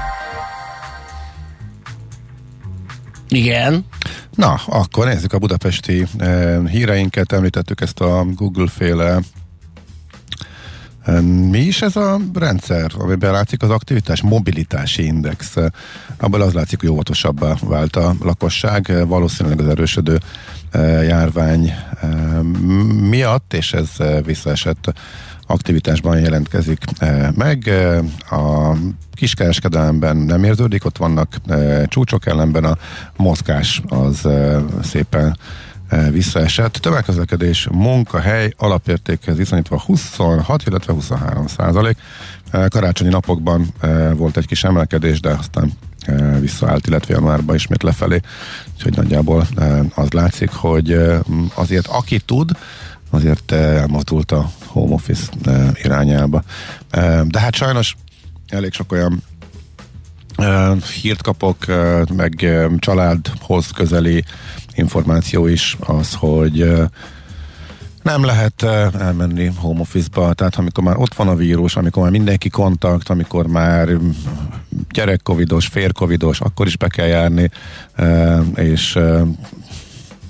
Igen. Na, akkor nézzük a budapesti híreinket. Említettük ezt a Google-féle mi is ez a rendszer, amiben látszik az aktivitás? Mobilitási index. Abban az látszik, hogy óvatosabbá vált a lakosság, valószínűleg az erősödő járvány miatt, és ez visszaesett aktivitásban jelentkezik meg. A kiskereskedelemben nem érződik, ott vannak csúcsok, ellenben a mozgás az szépen visszaesett. Tömegközlekedés, munkahely alapértékhez viszonyítva 26, illetve 23%. Karácsonyi napokban volt egy kis emelkedés, de aztán visszaállt, illetve januárban ismét lefelé. Úgyhogy nagyjából az látszik, hogy azért aki tud, azért elmozdult a home office irányába. De hát sajnos elég sok olyan hírt kapok, meg családhoz közeli információ is az, hogy nem lehet elmenni home office-ba, tehát amikor már ott van a vírus, amikor már mindenki kontakt, amikor már gyerek covidos, fér covidos, akkor is be kell járni, és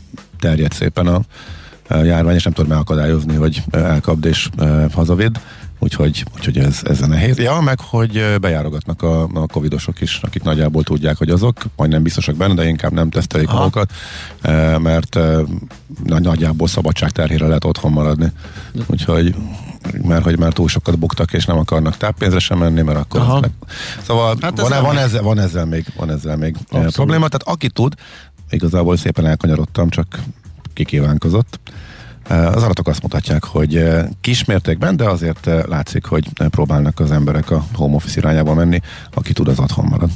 terjed szépen a járvány, és nem tudod megakadályozni, hogy elkapd és hazavidd. úgyhogy ez nehéz. Ja, meg hogy bejárogatnak a covidosok is, akik nagyjából tudják, hogy azok, majdnem biztosak benne, de inkább nem tesztelik magukat, mert nagyjából szabadságterhére lehet otthon maradni. Úgyhogy mert túl sokat buktak, és nem akarnak táppénzre sem menni, mert akkor szóval hát van ezzel még probléma. Tehát aki tud, igazából szépen elkanyarodtam, csak kikívánkozott. Az adatok azt mutatják, hogy kismértékben, de azért látszik, hogy próbálnak az emberek a home office irányába menni, aki tud, az otthon marad.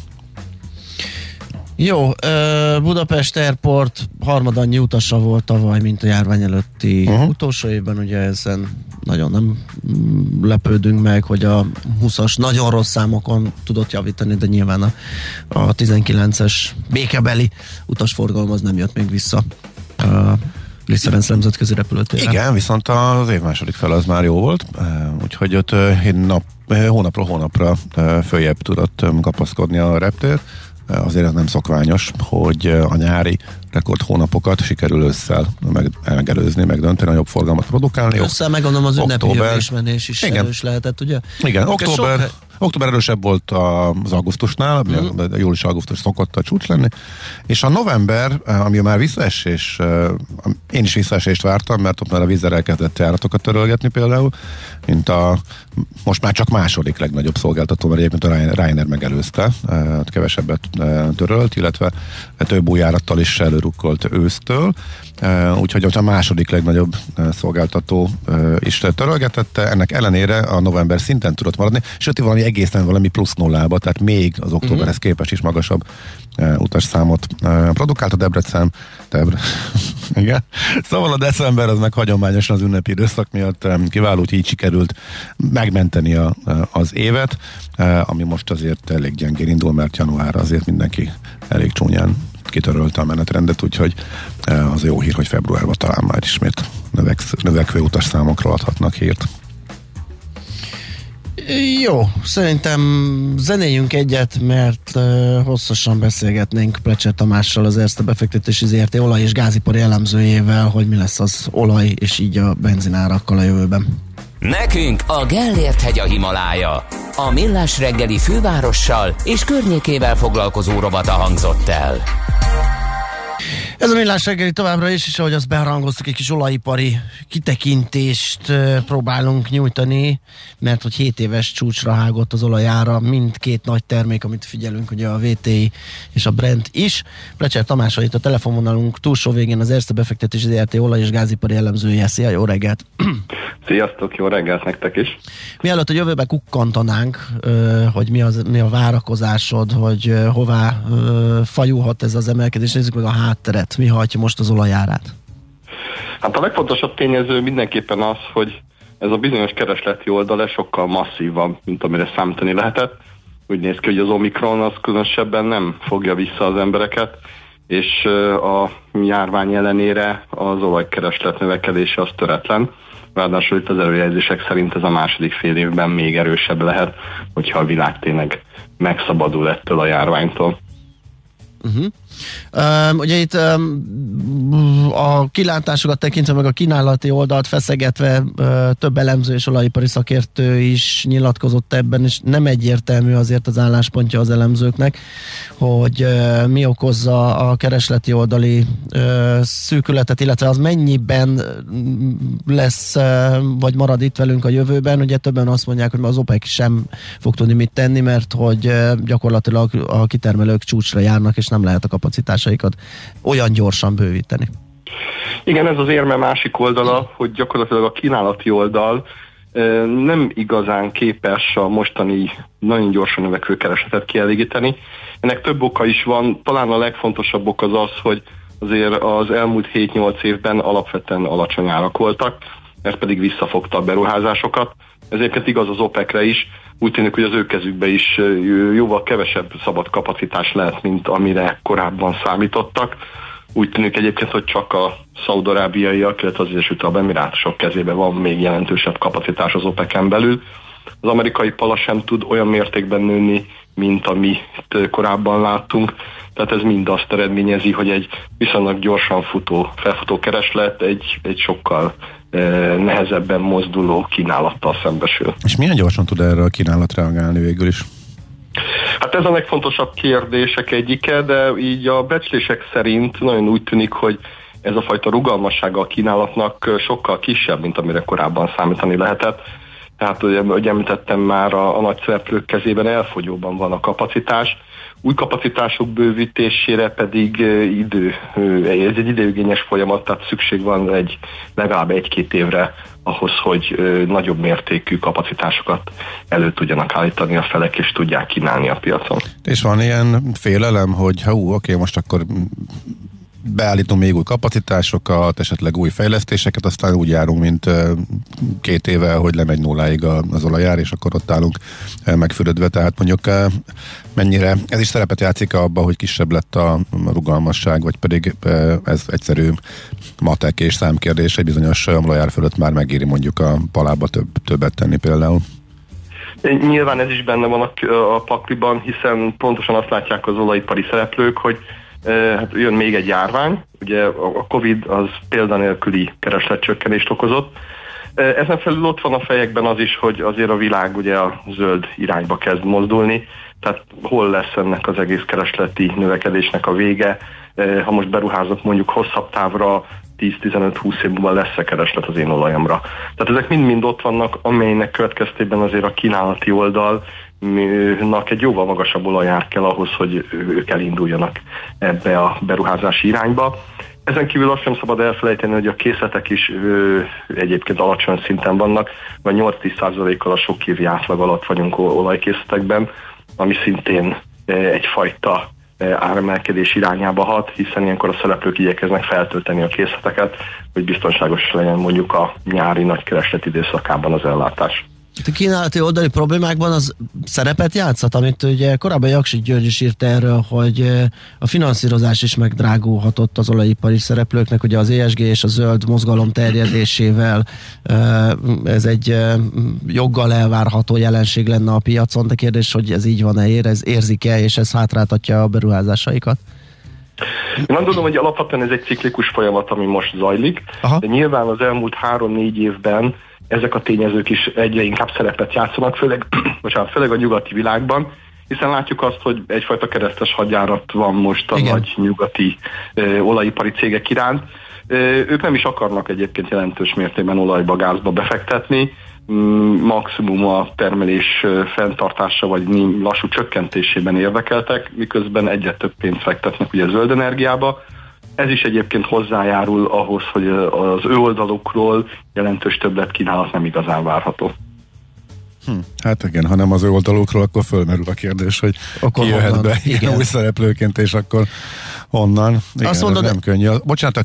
Jó, Budapest Airport harmadannyi utasa volt tavaly, mint a járvány előtti utolsó évben, ugye ezen nagyon nem lepődünk meg, hogy a 20-as nagyon rossz számokon tudott javítani, de nyilván a 19-es békebeli utasforgalom az nem jött még vissza Liszt-Ferenc nemzetközi repülőtérre. Igen, viszont az év második fel az már jó volt, úgyhogy ott hónapról hónapra följebb tudott kapaszkodni a reptér. Azért ez nem szokványos, hogy a nyári rekord hónapokat sikerül ősszel megelőzni, megdönteni, a jobb forgalmat produkálni. Össze megoldom az ünnepi jövésmenés is erős lehetett, ugye? Igen, október erősebb volt az augusztusnál, a július-augusztus szokott a csúcs lenni, és a november, ami már visszaesés, én is visszaesést vártam, mert ott már a vízzel elkezdett járatokat törölgetni például, mint a most már csak második legnagyobb szolgáltató, mert egyébként a Ryanair megelőzte, kevesebbet törölt, illetve több új járattal is előrukkolt ősztől, úgyhogy a második legnagyobb szolgáltató is törölgetette, ennek ellenére a november szinten tudott maradni, sőt valami plusz nullába, tehát még az októberhez képest is magasabb utasszámot produkált a Debrecen. Igen. Szóval a december az meg hagyományosan az ünnepi időszak miatt kiváló, hogy így sikerült megmenteni az évet, ami most azért elég gyengén indul, mert januárra azért mindenki elég csúnyán kitörölte a menetrendet, úgyhogy az a jó hír, hogy februárban talán már ismét növekvő utasszámokról adhatnak hírt. Jó, szerintem zenéljünk egyet, mert hosszasan beszélgetnénk Plecser Tamással, az Erste befektetési ZRT olaj- és gázipari elemzőjével, hogy mi lesz az olaj és így a benzinárakkal a jövőben. Nekünk a Gellért-hegy a Himalája. A Millás reggeli fővárossal és környékével foglalkozó rovata hangzott el. Ez a Millás reggeli továbbra is, és ahogy azt beharangoztuk, egy kis olajipari kitekintést próbálunk nyújtani, mert hogy 7 éves csúcsra hágott az olajára mindkét nagy termék, amit figyelünk, ugye a VTI és a Brent is. Plecser Tamás itt a telefonvonalunk túlsó végén, az Erste befektetési ZRT olaj- és gázipari elemzője. Szia, jó reggelt! Sziasztok, jó reggelt nektek is! Mielőtt a jövőbe kukkantanánk, hogy mi a várakozásod, hogy hová fajulhat ez az emelkedés, nézzük meg a hátteret. Mi hajtja most az olajárát? Hát a legfontosabb tényező mindenképpen az, hogy ez a bizonyos keresleti oldal sokkal masszívabb, mint amire számítani lehetett. Úgy néz ki, hogy az Omikron az különösebben nem fogja vissza az embereket, és a járvány ellenére az olajkereslet növekedése az töretlen. Ráadásul itt az előjelzések szerint ez a második fél évben még erősebb lehet, hogyha a világ tényleg megszabadul ettől a járványtól. Ugye itt a kilátásokat tekintve, meg a kínálati oldalt feszegetve több elemző és olajipari szakértő is nyilatkozott ebben, és nem egyértelmű azért az álláspontja az elemzőknek, hogy mi okozza a keresleti oldali szűkületet, illetve az mennyiben lesz, vagy marad itt velünk a jövőben. Ugye többen azt mondják, hogy az OPEC sem fog tudni mit tenni, mert hogy gyakorlatilag a kitermelők csúcsra járnak, és nem lehet a kapacitásaikat olyan gyorsan bővíteni. Igen, ez az érme másik oldala, hogy gyakorlatilag a kínálati oldal nem igazán képes a mostani nagyon gyorsan növekvő keresletet kielégíteni. Ennek több oka is van, talán a legfontosabb ok az az, hogy azért az elmúlt 7-8 évben alapvetően alacsony árak voltak, ez pedig visszafogta a beruházásokat. Ezért igaz az OPEC-re is, úgy tűnik, hogy az ő kezükbe is jóval kevesebb szabad kapacitás lehet, mint amire korábban számítottak. Úgy tűnik egyébként, hogy csak a szaudarábiaiak, illetve az Egyesült Arab Emirátusok kezében van még jelentősebb kapacitás az OPEC-en belül. az amerikai pala sem tud olyan mértékben nőni, mint amit korábban láttunk. Tehát ez mind azt eredményezi, hogy egy viszonylag gyorsan felfutó kereslet egy sokkal nehezebben mozduló kínálattal szembesül. És milyen gyorsan tud erre a kínálat reagálni végül is? Hát ez a legfontosabb kérdések egyike, de így a becslések szerint nagyon úgy tűnik, hogy ez a fajta rugalmassága a kínálatnak sokkal kisebb, mint amire korábban számítani lehetett. Tehát, ahogy említettem már, a nagy szereplők kezében elfogyóban van a kapacitás. Új kapacitások bővítésére pedig ez egy időigényes folyamat, tehát szükség van legalább 1-2 évre ahhoz, hogy nagyobb mértékű kapacitásokat elő tudjanak állítani a felek, és tudják kínálni a piacon. És van ilyen félelem, hogy oké, most akkor beállítunk még új kapacitásokat, esetleg új fejlesztéseket, aztán úgy járunk, mint 2 éve, hogy lemegy nulláig az olajár, és akkor ott állunk megfürödve. Tehát mondjuk mennyire ez is szerepet játszik abban, hogy kisebb lett a rugalmasság, vagy pedig ez egyszerű matek és számkérdés, egy bizonyos olajár fölött már megéri mondjuk a palába többet tenni például. Nyilván ez is benne van a pakliban, hiszen pontosan azt látják az olajipari szereplők, hogy hát jön még egy járvány, ugye a Covid az példanélküli keresletcsökkenést okozott. Ezen felül ott van a fejekben az is, hogy azért a világ ugye a zöld irányba kezd mozdulni, tehát hol lesz ennek az egész keresleti növekedésnek a vége, ha most beruházok mondjuk hosszabb távra, 10-15-20 év múlva lesz-e kereslet az én olajamra. Tehát ezek mind-mind ott vannak, amelynek következtében azért a kínálati oldalnak egy jóval magasabb olajár kell ahhoz, hogy ők elinduljanak ebbe a beruházási irányba. Ezen kívül azt sem szabad elfelejteni, hogy a készletek is egyébként alacsony szinten vannak, vagy 8-10%-kal a sok évi átlag alatt vagyunk olajkészletekben, ami szintén egyfajta áremelkedés irányába hat, hiszen ilyenkor a szereplők igyekeznek feltölteni a készleteket, hogy biztonságos legyen mondjuk a nyári nagykereslet időszakában az ellátás. A kínálati oldali problémákban az szerepet játszhat, amit ugye korábban Jaksik György is írt erről, hogy a finanszírozás is megdrágulhatott az olajipari szereplőknek, ugye az ESG és a zöld mozgalom terjedésével ez egy joggal elvárható jelenség lenne a piacon, de kérdés, hogy ez így van-e, érzik-e, és ez hátráltatja a beruházásaikat? Én azt gondolom, hogy alapvetően ez egy ciklikus folyamat, ami most zajlik, de nyilván az elmúlt 3-4 évben ezek a tényezők is egyre inkább szerepet játszanak, főleg a nyugati világban, hiszen látjuk azt, hogy egyfajta keresztes hadjárat van most a nagy nyugati olajipari cégek iránt. Ők nem is akarnak egyébként jelentős mértékben olajba, gázba befektetni, maximum a termelés fenntartása vagy lassú csökkentésében érdekeltek, miközben egyre több pénzt fektetnek ugye zöld energiába. Ez is egyébként hozzájárul ahhoz, hogy az ő oldalukról jelentős többletkínálat nem igazán várható. Hát igen, ha nem az ő oldalukról, akkor fölmerül a kérdés, hogy akkor ki jöhet be új szereplőként, és akkor honnan. Igen, azt mondod, nem könnyű. Bocsánat,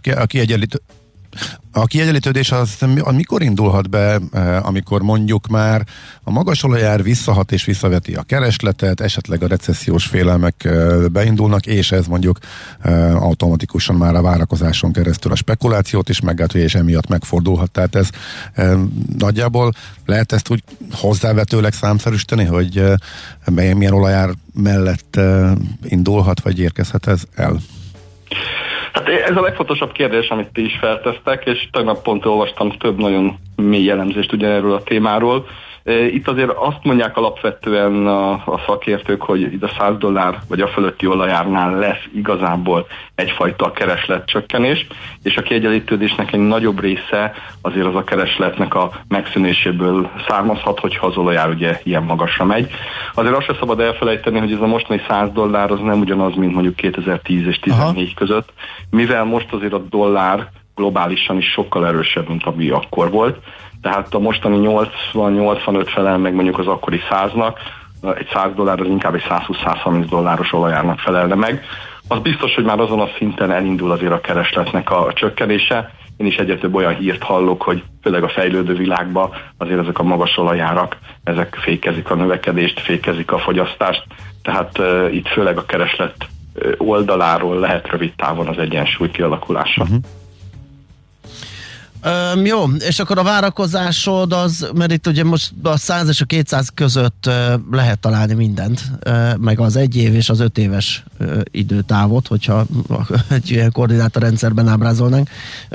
a kiegyenlítődés az mikor indulhat be, amikor mondjuk már a magas olajár visszahat és visszaveti a keresletet, esetleg a recessziós félelmek beindulnak, és ez mondjuk automatikusan már a várakozáson keresztül a spekulációt is megállítja, és emiatt megfordulhat. Tehát ez nagyjából lehet ezt úgy hozzávetőleg számszerűsíteni, hogy milyen olajár mellett indulhat, vagy érkezhet ez el? Hát ez a legfontosabb kérdés, amit ti is feltesztek, és tegnap pont olvastam több nagyon mély elemzést ugyanerről a témáról. Itt azért azt mondják alapvetően a szakértők, hogy itt a $100 vagy a fölötti olajárnál lesz igazából egyfajta keresletcsökkenés, és a kiegyenlítődésnek egy nagyobb része azért az a keresletnek a megszűnéséből származhat, hogyha az olajár ugye ilyen magasra megy. Azért azt sem szabad elfelejteni, hogy ez a mostani $100 az nem ugyanaz, mint mondjuk 2010 és 2014 között, mivel most azért a dollár globálisan is sokkal erősebb, mint ami akkor volt. Tehát a mostani 80-85 felel meg mondjuk az akkori 100-nak, egy $100 az inkább egy $120-130 olajárnak felelne meg. Az biztos, hogy már azon a szinten elindul azért a keresletnek a csökkenése. Én is egyre több olyan hírt hallok, hogy főleg a fejlődő világban azért ezek a magas olajárak, ezek fékezik a növekedést, fékezik a fogyasztást, tehát itt főleg a kereslet oldaláról lehet rövid távon az egyensúly kialakulása. Jó, és akkor a várakozásod az, mert itt ugye most a 100 és a 200 között lehet találni mindent, meg az 1 év és az 5 éves időtávot, hogyha egy ilyen koordinátorrendszerben ábrázolnánk.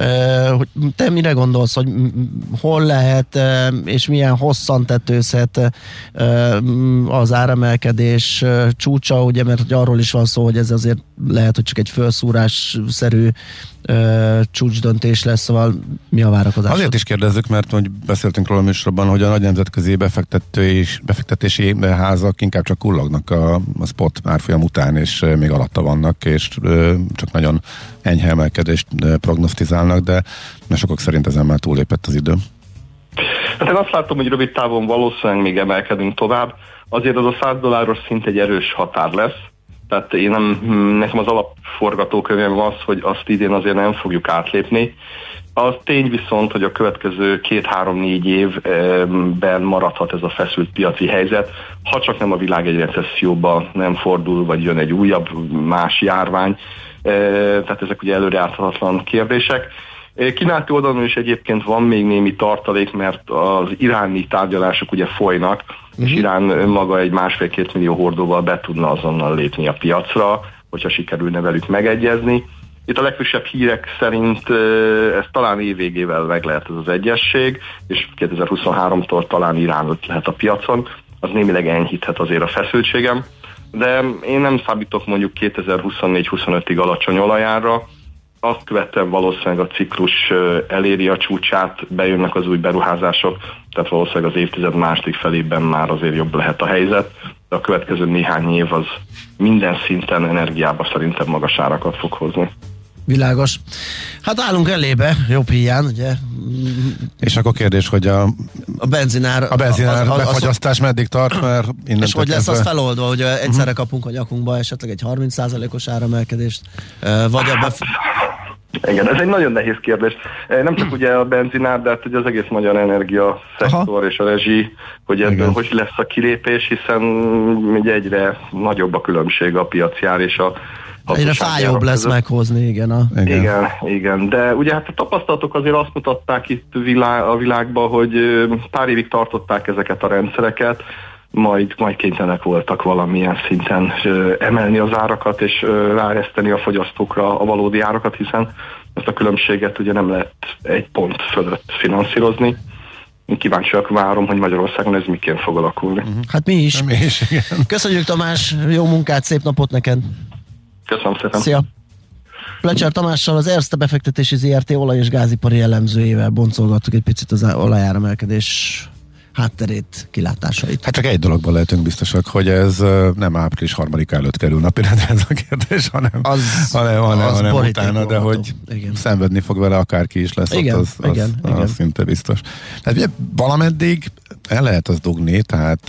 Te mire gondolsz, hogy hol lehet és milyen hosszan tetőzhet az áremelkedés csúcsa, ugye, mert arról is van szó, hogy ez azért lehet, hogy csak egy felszúrásszerű csúcsdöntés lesz, szóval mi a várakozás? Azért is kérdezzük, mert hogy beszéltünk róla a műsorban, hogy a nagy nemzetközi befektetési házak inkább csak kullognak a spot árfolyam után, és még alatta vannak, és csak nagyon enyhe emelkedést prognosztizálnak, de sokak szerint ezen már túlépett az idő. Hát én azt látom, hogy rövid távon valószínűleg még emelkedünk tovább. Azért az a $100 szint egy erős határ lesz. Tehát nekem az alapforgatókönyvem az, hogy azt idén azért nem fogjuk átlépni. Az tény viszont, hogy a következő 2-3-4 évben maradhat ez a feszült piaci helyzet, ha csak nem a világ egy recesszióba nem fordul, vagy jön egy újabb más járvány. Tehát ezek ugye előreállhatatlan kérdések. Kínálati oldalon is egyébként van még némi tartalék, mert az iráni tárgyalások ugye folynak, és Irán maga egy 1,5-2 millió hordóval be tudna azonnal lépni a piacra, hogyha sikerülne velük megegyezni. Itt a legfrissebb hírek szerint ez talán évvégével meg lehet ez az egyesség, és 2023-tól talán Irán lehet a piacon, az némileg enyhíthet azért a feszültségem, de én nem számítok mondjuk 2024-25-ig alacsony olajára. Azt követően valószínűleg a ciklus eléri a csúcsát, bejönnek az új beruházások, tehát valószínűleg az évtized második felében már azért jobb lehet a helyzet, de a következő néhány év az minden szinten energiába szerintem magas árakat fog hozni. Világos. Hát állunk elébe, jobb hiány, ugye? És akkor kérdés, hogy a benzinár befagyasztás meddig tart, mert és hogy lesz az feloldva, hogy egyszerre kapunk a nyakunkba esetleg egy 30%-os áremelkedést, vagy a Igen, ez egy nagyon nehéz kérdés. Nem csak ugye a benzinár, de hát ugye az egész magyar energia szektor és a rezsi, hogy ebből hogy lesz a kilépés, hiszen ugye egyre nagyobb a különbség a piaci ár és a egyre fájóbb lesz meghozni, igen. De ugye hát a tapasztalatok azért azt mutatták itt a világban, hogy pár évig tartották ezeket a rendszereket, majd kénytelenek voltak valamilyen szinten emelni az árakat, és ráereszteni a fogyasztókra a valódi árakat, hiszen ezt a különbséget ugye nem lehet egy pont fölött finanszírozni. Én kíváncsiak várom, hogy Magyarországon ez miként fog alakulni. Hát mi is. Igen. Köszönjük, Tamás, jó munkát, szép napot neked! Köszönöm szépen! Szia! Plecser Tamással, az Erste befektetési ZRT olaj- és gázipari elemzőjével boncolgattuk egy picit az olajáremelkedés hátterét, kilátásait. Hát csak egy dologban lehetünk biztosak, hogy ez nem április 3-a előtt kerül napirendre ez a kérdés, hanem utána, de hogy szenvedni fog vele akárki is lesz, igen, ott az szinte biztos. Hát ugye valameddig el lehet az dugni, tehát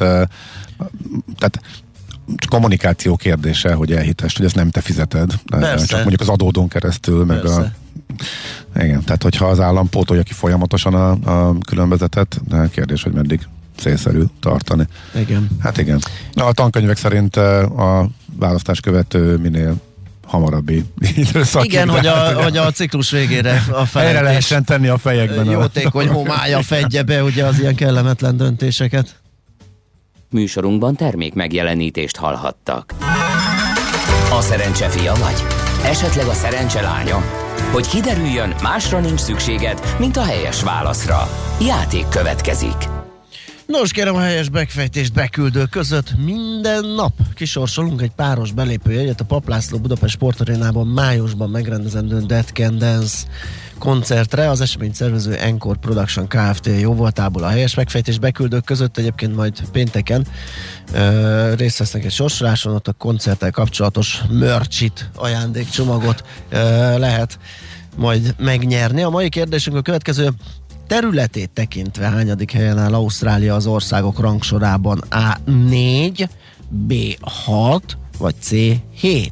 kommunikáció kérdése, hogy elhitest, hogy ezt nem te fizeted, csak mondjuk az adódon keresztül, meg igen, tehát hogyha az állam pótolja ki folyamatosan a különbözetet, de kérdés, hogy meddig célszerű tartani. Igen. Hát igen. A tankönyvek szerint a választás követő minél hamarabbi időszak. Igen, hogy a ciklus végére a helyre lehessen tenni a fejekben. Jótékony homályja fedje be ugye az ilyen kellemetlen döntéseket. Műsorunkban termék megjelenítést hallhattak. A szerencse fia vagy? Esetleg a szerencse lánya? Hogy kiderüljön, másra nincs szükséged, mint a helyes válaszra. Játék következik. Nos, kérem, a helyes megfejtést beküldők között minden nap kisorsolunk egy páros belépőjegyet a Papp László Budapest Sportarénában májusban megrendezendő Dead Can Dance koncertre. Az esemény szervező Encore Production Kft. Jóvoltából a helyes megfejtés beküldők között egyébként majd pénteken részt vesznek egy sorsoláson, ott a koncerttel kapcsolatos merchit, ajándékcsomagot lehet majd megnyerni. A mai kérdésünk a következő: területét tekintve hányadik helyen áll Ausztrália az országok rangsorában? A4, B6 vagy C7?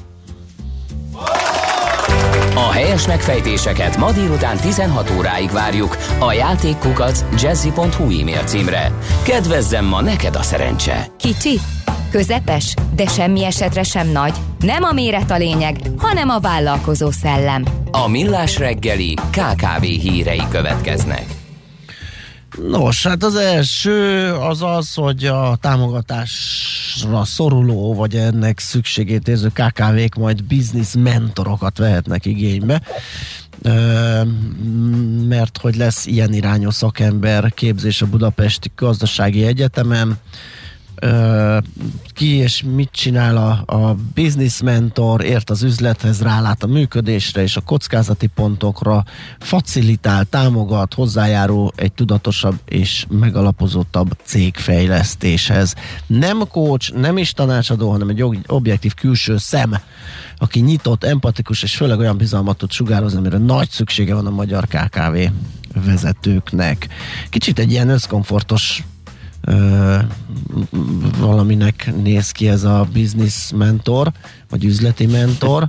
A helyes megfejtéseket ma délután 16 óráig várjuk a játékkukac jazzy.hu e-mail címre. Kedvezzem ma neked a szerencse! Kicsi, Közepes, de semmi esetre sem nagy. Nem a méret a lényeg, hanem a vállalkozó szellem. A Millás reggeli KKV hírei következnek. Nos, hát az első az, hogy a támogatásra szoruló, vagy ennek szükségét érző KKV-k majd business mentorokat vehetnek igénybe, mert hogy lesz ilyen irányú szakember képzés a Budapesti Gazdasági Egyetemen. Ki és mit csinál a business mentor, ért az üzlethez, rálát a működésre és a kockázati pontokra, facilitál, támogat, hozzájárul egy tudatosabb és megalapozottabb cégfejlesztéshez. Nem coach, nem is tanácsadó, hanem egy objektív külső szem, aki nyitott, empatikus és főleg olyan bizalmat tud sugározni, amire nagy szüksége van a magyar KKV vezetőknek. Kicsit egy ilyen összkomfortos valaminek néz ki ez a business mentor, vagy üzleti mentor.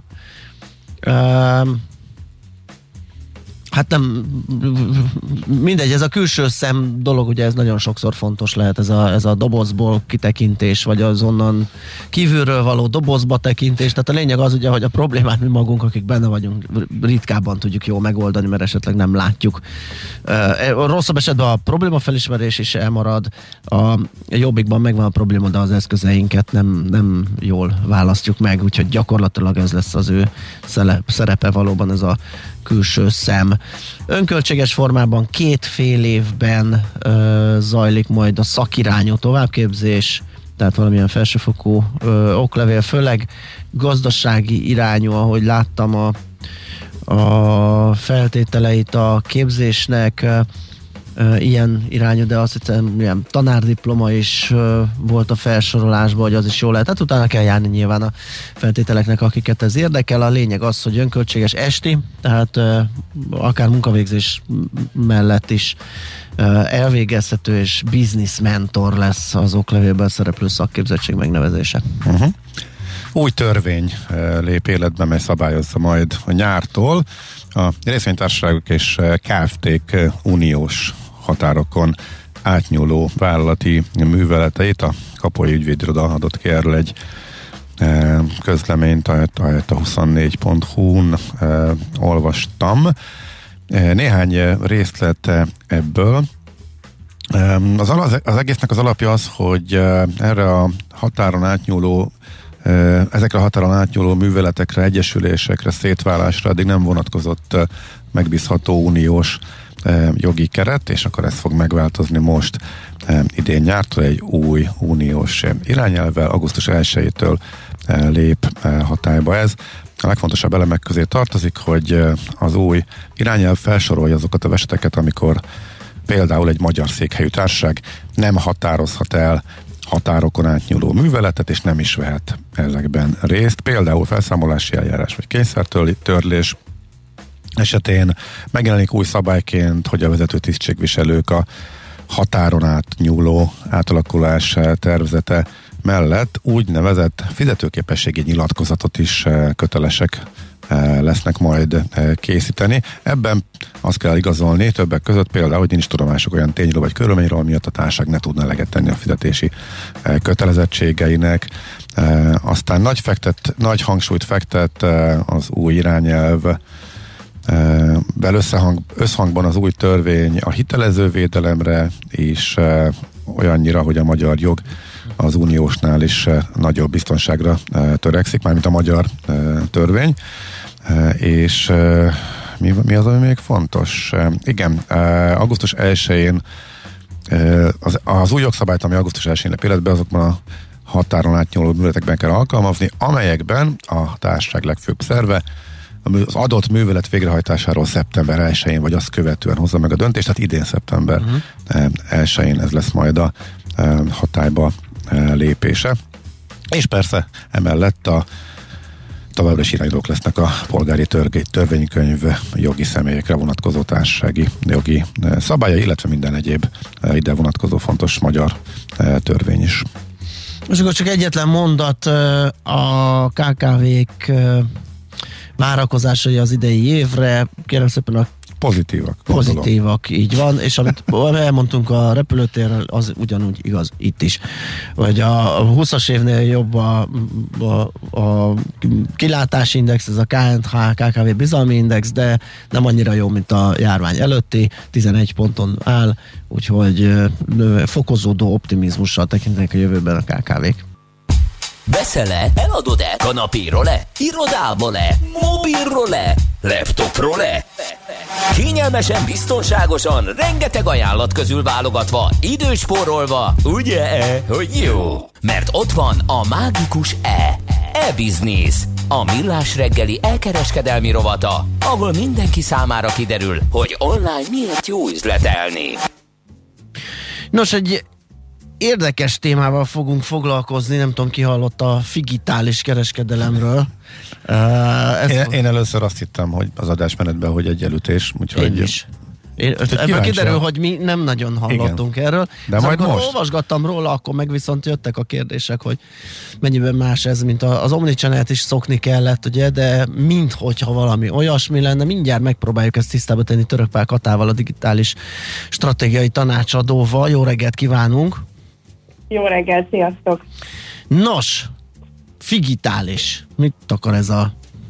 Hát nem, mindegy, ez a külső szem dolog, ugye ez nagyon sokszor fontos lehet, ez a dobozból kitekintés, vagy azonnan kívülről való dobozba tekintés, tehát a lényeg az ugye, hogy a problémát mi magunk, akik benne vagyunk, ritkábban tudjuk jól megoldani, mert esetleg nem látjuk. Rosszabb esetben a probléma felismerés is elmarad, a jobbikban megvan a probléma, de az eszközeinket nem jól választjuk meg, úgyhogy gyakorlatilag ez lesz az ő szerepe valóban, ez a külső szem. Önköltséges formában 2,5 évben zajlik majd a szakirányú továbbképzés, tehát valamilyen felsőfokú oklevél, főleg gazdasági irányú, ahogy láttam a feltételeit a képzésnek, ilyen irányú, de azt hiszem, ilyen tanárdiploma is volt a felsorolásban, hogy az is jól lehet. Hát utána kell járni nyilván a feltételeknek, akiket ez érdekel. A lényeg az, hogy önköltséges esti, tehát akár munkavégzés mellett is elvégezhető, és business mentor lesz az oklevélben szereplő szakképzettség megnevezése. Új törvény lép életbe, mely szabályozza majd a nyártól a részvénytársaságok és Kft-k uniós határokon átnyúló vállalati műveleteit. A Kapoly Ügyvédiroda adott ki erről egy közleményt, a 24.hu-n olvastam. Néhány részlet ebből. Az egésznek az alapja az, hogy erre a határon átnyúló ezekre a határon átnyúló műveletekre, egyesülésekre, szétválásra eddig nem vonatkozott megbízható uniós jogi keret, és akkor ez fog megváltozni most idén nyártól egy új uniós irányelvvel, augusztus 1-től lép hatályba ez. A legfontosabb elemek közé tartozik, hogy az új irányelv felsorolja azokat a eseteket, amikor például egy magyar székhelyű társaság nem határozhat el határokon átnyúló műveletet, és nem is vehet ezekben részt. Például felszámolási eljárás vagy kényszertörlés esetén megjelenik új szabályként, hogy a vezető tisztségviselők a határon átnyúló átalakulás tervezete mellett úgynevezett fizetőképességi nyilatkozatot is kötelesek lesznek majd készíteni. Ebben azt kell igazolni többek között például, hogy nincs tudomásuk olyan tényről vagy körülményről, miatt a társaság ne tudna eleget tenni a fizetési kötelezettségeinek. Aztán nagy hangsúlyt fektet az új irányelv összhangban az új törvény a hitelezővédelemre is olyannyira, hogy a magyar jog az uniósnál is nagyobb biztonságra törekszik, mármint a magyar törvény. És mi az, ami még fontos? Igen, augusztus 1-én az új jogszabályt, ami augusztus 1-én lép életbe, azokban a határon átnyúló műveletekben kell alkalmazni, amelyekben a társaság legfőbb szerve az adott művelet végrehajtásáról szeptember 1-én, vagy azt követően hozza meg a döntést, tehát idén szeptember 1-én ez lesz majd a hatályba lépése. És persze emellett továbbra is irányadók lesznek a polgári törvénykönyv jogi személyekre vonatkozó társasági jogi szabálya, illetve minden egyéb ide vonatkozó fontos magyar törvény is. Most akkor csak egyetlen mondat a KKV-k várakozásai az idei évre. Kérem szépen a pozitívak. Pozitívak, így van, és amit elmondtunk a repülőtérrel, az ugyanúgy igaz itt is. Vagy a 20-as évnél jobb a kilátásindex, ez a KKV bizalmi index, de nem annyira jó, mint a járvány előtti, 11 ponton áll, úgyhogy fokozódó optimizmussal tekintenek a jövőben a KKV-k. Veszel-e? Eladod-e? Kanapéról-e? Irodából-e? Mobilról-e? Laptopról-e? Kényelmesen, biztonságosan, rengeteg ajánlat közül válogatva, időspórolva, ugye-e, hogy jó? Mert ott van a mágikus e-business, a Millás reggeli elkereskedelmi rovata, ahol mindenki számára kiderül, hogy online miért jó üzletelni. Nos, egy érdekes témával fogunk foglalkozni, nem tudom, ki hallott a digitális kereskedelemről. Én először azt hittem, hogy az adásmenetben, hogy egy elütés, úgyhogy... Én is. Ebből kiderül, hogy mi nem nagyon hallottunk erről. De majd amikor most olvasgattam róla, akkor meg viszont jöttek a kérdések, hogy mennyiben más ez, mint az Omnichannel-t is szokni kellett, ugye, de minthogyha valami olyasmi lenne, mindjárt megpróbáljuk ezt tisztába tenni Török Pál Katával, a digitális stratégiai tanácsadóval. Jó reggelt kívánunk! Jó reggelt, sziasztok! Nos, digitális. Mit akar ez a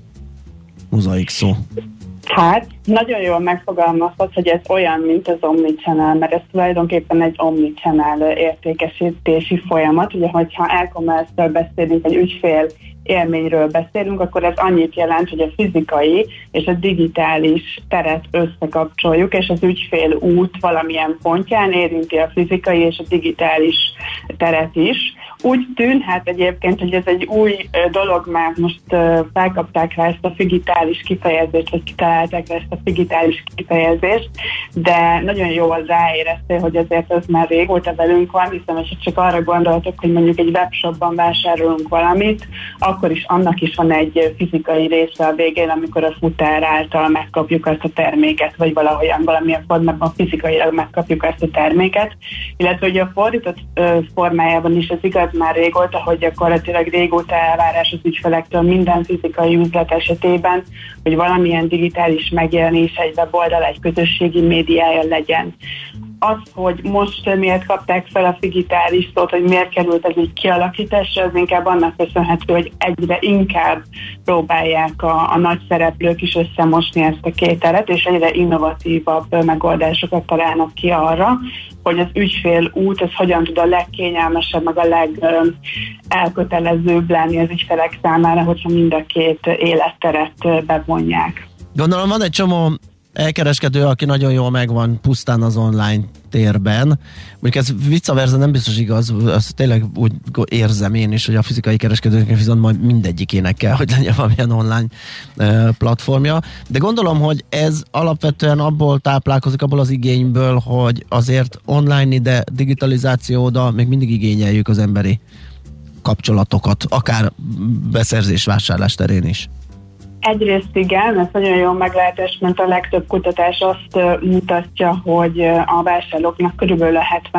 mozaik szó? Hát, nagyon jól megfogalmazhat, hogy ez olyan, mint az Omnichannel, mert ez tulajdonképpen egy Omnichannel értékesítési folyamat. Ugye, hogyha e-commerce-ről beszélünk, vagy ügyfél élményről beszélünk, akkor ez annyit jelent, hogy a fizikai és a digitális teret összekapcsoljuk, és az ügyfél út valamilyen pontján érinti a fizikai és a digitális teret is. Úgy tűnhet egyébként, hogy ez egy új dolog, mert most felkapták rá ezt a digitális kifejezést, vagy kitalálták rá ezt a digitális kifejezést, de nagyon jól ráéreztél, hogy azért ez már régóta velünk van, hiszen ha csak arra gondoltok, hogy mondjuk egy webshopban vásárolunk valamit, akkor is annak is van egy fizikai része a végén, amikor a futár által megkapjuk azt a terméket, vagy valamilyen formában fizikailag megkapjuk azt a terméket, illetve hogy a fordított formájában is ez igaz már régóta, hogy gyakorlatilag régóta elvárás az ügyfelektől minden fizikai üzlet esetében, hogy valamilyen digitális megjelenés, egy weboldal, egy közösségi médiája legyen. Az, hogy most miért kapták fel a digitális szót, hogy miért került ez így kialakításra, az inkább annak köszönhető, hogy egyre inkább próbálják a nagy szereplők is összemosni ezt a két teret, és egyre innovatívabb megoldásokat találnak ki arra, hogy az ügyfél út, ez hogyan tud a legkényelmesebb, meg a legelkötelezőbb lenni az ügyfelek számára, hogyha mind a két életteret bevonják. Gondolom van egy csomó elkereskedő, aki nagyon jól megvan pusztán az online térben. Mondjuk ez vice versa nem biztos igaz, azt tényleg úgy érzem én is, hogy a fizikai kereskedőknek viszont majd mindegyikének kell, hogy legyen valamilyen online platformja. De gondolom, hogy ez alapvetően abból táplálkozik, abból az igényből, hogy azért online, de digitalizáció oda még mindig igényeljük az emberi kapcsolatokat, akár beszerzés-vásárlás terén is. Egyrészt igen, ez nagyon jó meglátás, mert a legtöbb kutatás azt mutatja, hogy a vásárlóknak körülbelül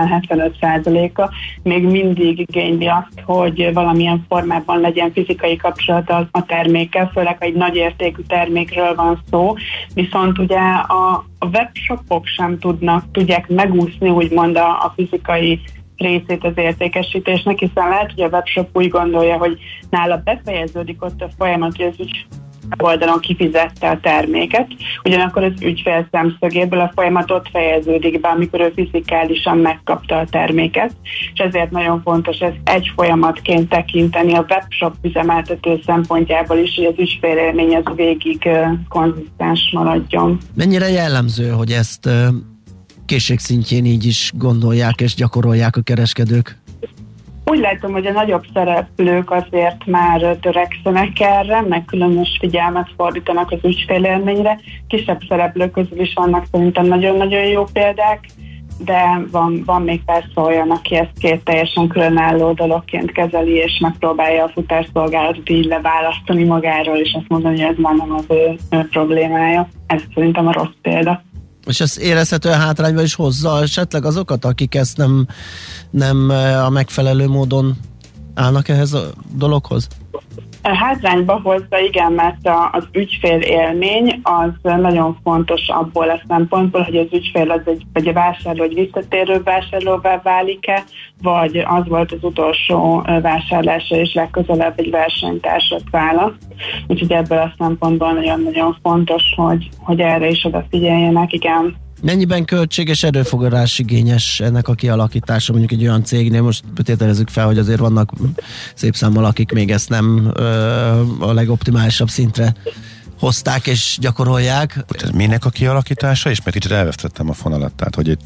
70-75%-a még mindig igényli azt, hogy valamilyen formában legyen fizikai kapcsolata a termékkel, főleg egy nagy értékű termékről van szó, viszont ugye a webshopok sem tudják megúszni úgymond a fizikai részét az értékesítésnek, hiszen lehet, hogy a webshop úgy gondolja, hogy nála befejeződik ott a folyamat, hogy az oldalon kifizette a terméket, ugyanakkor az ügyfél szemszögéből a folyamat ott fejeződik be, amikor ő fizikálisan megkapta a terméket, és ezért nagyon fontos ezt egy folyamatként tekinteni a webshop üzemeltető szempontjából is, hogy az ügyfélélmény az végig konzisztens maradjon. Mennyire jellemző, hogy ezt készségszintjén így is gondolják és gyakorolják a kereskedők? Úgy látom, hogy a nagyobb szereplők azért már törekszenek erre, meg különös figyelmet fordítanak az ügyfélélményre. Kisebb szereplők közül is vannak szerintem nagyon-nagyon jó példák, de van még persze olyan, aki ezt két teljesen különálló dologként kezeli, és megpróbálja a futárszolgálatot így leválasztani magáról, és azt mondani, hogy ez már nem az ő problémája. Ez szerintem a rossz példa. És ez érezhetően hátrányba is hozza esetleg azokat, akik ezt nem a megfelelő módon állnak ehhez a dologhoz? Hátrányba hozza, igen, mert az ügyfél élmény az nagyon fontos abból a szempontból, hogy az ügyfél vagy a vásárló, vagy visszatérő vásárlóvá válik-e, vagy az volt az utolsó vásárlása, és legközelebb egy versenytársat választ. Úgyhogy ebből a szempontból nagyon-nagyon fontos, hogy erre is odafigyeljenek, igen. Mennyiben költséges, erőforrás igényes ennek a kialakítása mondjuk egy olyan cégnél? Most tételezzük fel, hogy azért vannak szép számmal, akik még ezt nem a legoptimálisabb szintre hozták és gyakorolják. Ez minek a kialakítása? És mert kicsit elvesztettem a fonalat, tehát hogy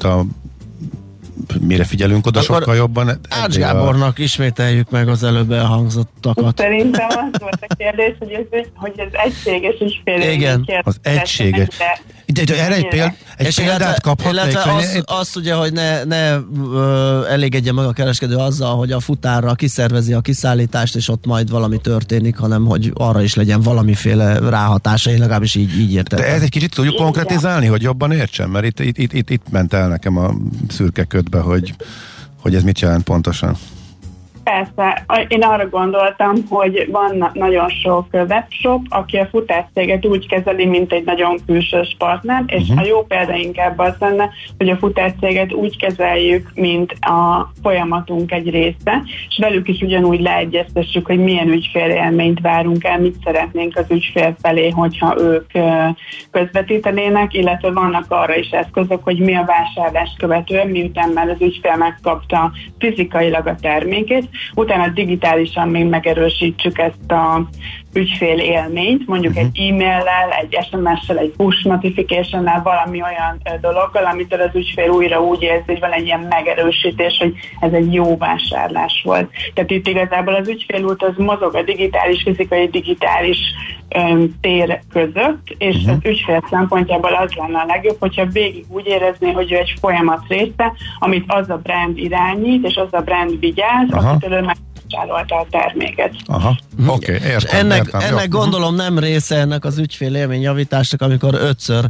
mire figyelünk oda akkor sokkal jobban? Ács Gábornak ismételjük meg az előbb elhangzottakat. Szerintem az volt a kérdés, hogy ez egységes ügyfélélmény. Igen, az egységes. De erre egy példát kaphat? Illetve azt ugye, hogy ne elégedje meg a kereskedő azzal, hogy a futárra kiszervezi a kiszállítást, és ott majd valami történik, hanem hogy arra is legyen valamiféle ráhatása. Én legalábbis így értem. De ezt egy kicsit tudjuk konkretizálni, hogy jobban értsem? Mert itt ment el nekem a szürke ködbe, hogy ez mit jelent pontosan. Persze, én arra gondoltam, hogy van nagyon sok webshop, aki a futáscéget úgy kezeli, mint egy nagyon külsős partner, és a jó példa inkább az lenne, hogy a futáscéget úgy kezeljük, mint a folyamatunk egy része, és velük is ugyanúgy leegyeztessük, hogy milyen ügyfélélményt várunk el, mit szeretnénk az ügyfél felé, hogyha ők közvetítenének, illetve vannak arra is eszközök, hogy mi a vásárlást követően, miután már az ügyfél megkapta fizikailag a termékét, utána digitálisan még megerősítsük ezt a ügyfél élményt, mondjuk egy e-maillel, egy SMS-sel, egy push notification-nel, valami olyan dologgal, amitől az ügyfél újra úgy érzi, hogy van egy ilyen megerősítés, hogy ez egy jó vásárlás volt. Tehát itt igazából az ügyfélút az mozog a fizikai digitális tér között, és az ügyfél szempontjából az lenne a legjobb, hogyha végig úgy érezné, hogy ő egy folyamat része, amit az a brand irányít, és az a brand vigyáz, akitől ő megvásárolta a terméket. Oké, értem. Ennek gondolom nem része ennek az ügyfél élményjavításnak, amikor 5-ször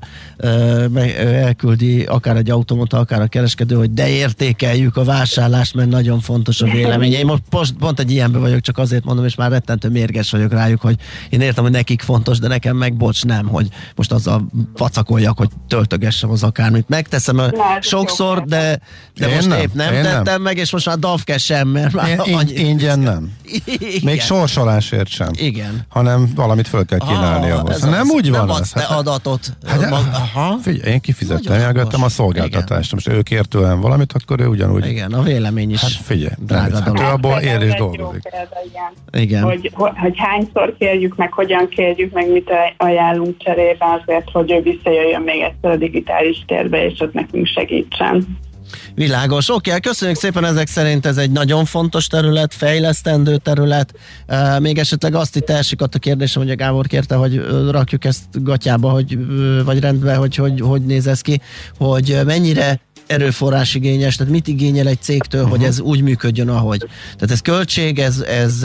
elküldi akár egy automata, akár a kereskedő, hogy de értékeljük a vásárlást, mert nagyon fontos a vélemény. Én most pont egy ilyenben vagyok, csak azért mondom, és már rettentő mérges vagyok rájuk, hogy én értem, hogy nekik fontos, de nekem meg bocs, nem, hogy most azzal facakoljak, hogy töltögessem az akármit. Megteszem sokszor, de most épp nem tettem meg, és most már DAFKE sem, mert már ingyen nem. Még sorsolásért sem. Igen. Hanem valamit föl kell kínálni ahhoz. Nem úgy van nem adsz te adatot. Figyelj, én kifizettem, elgöttem a szolgáltatást. Most ő kért tőlem valamit, akkor ő ugyanúgy. Igen, a vélemény is. Hát figyelj, ő abból ér és dolgozik. Igen. Hogy hányszor kérjük meg, hogyan kérjük meg, mit ajánlunk cserébe azért, hogy ő visszajöjjön még egyszer a digitális térbe, és ott nekünk segítsen. Világos. Oké, köszönjük szépen, ezek szerint ez egy nagyon fontos terület, fejlesztendő terület. Még esetleg azt itt elsik a kérdésem, hogy a Gábor kérte, hogy rakjuk ezt gatyába, vagy rendbe, hogy néz ez ki, hogy mennyire erőforrásigényes, tehát mit igényel egy cégtől, hogy ez úgy működjön, ahogy. Tehát ez költség, ez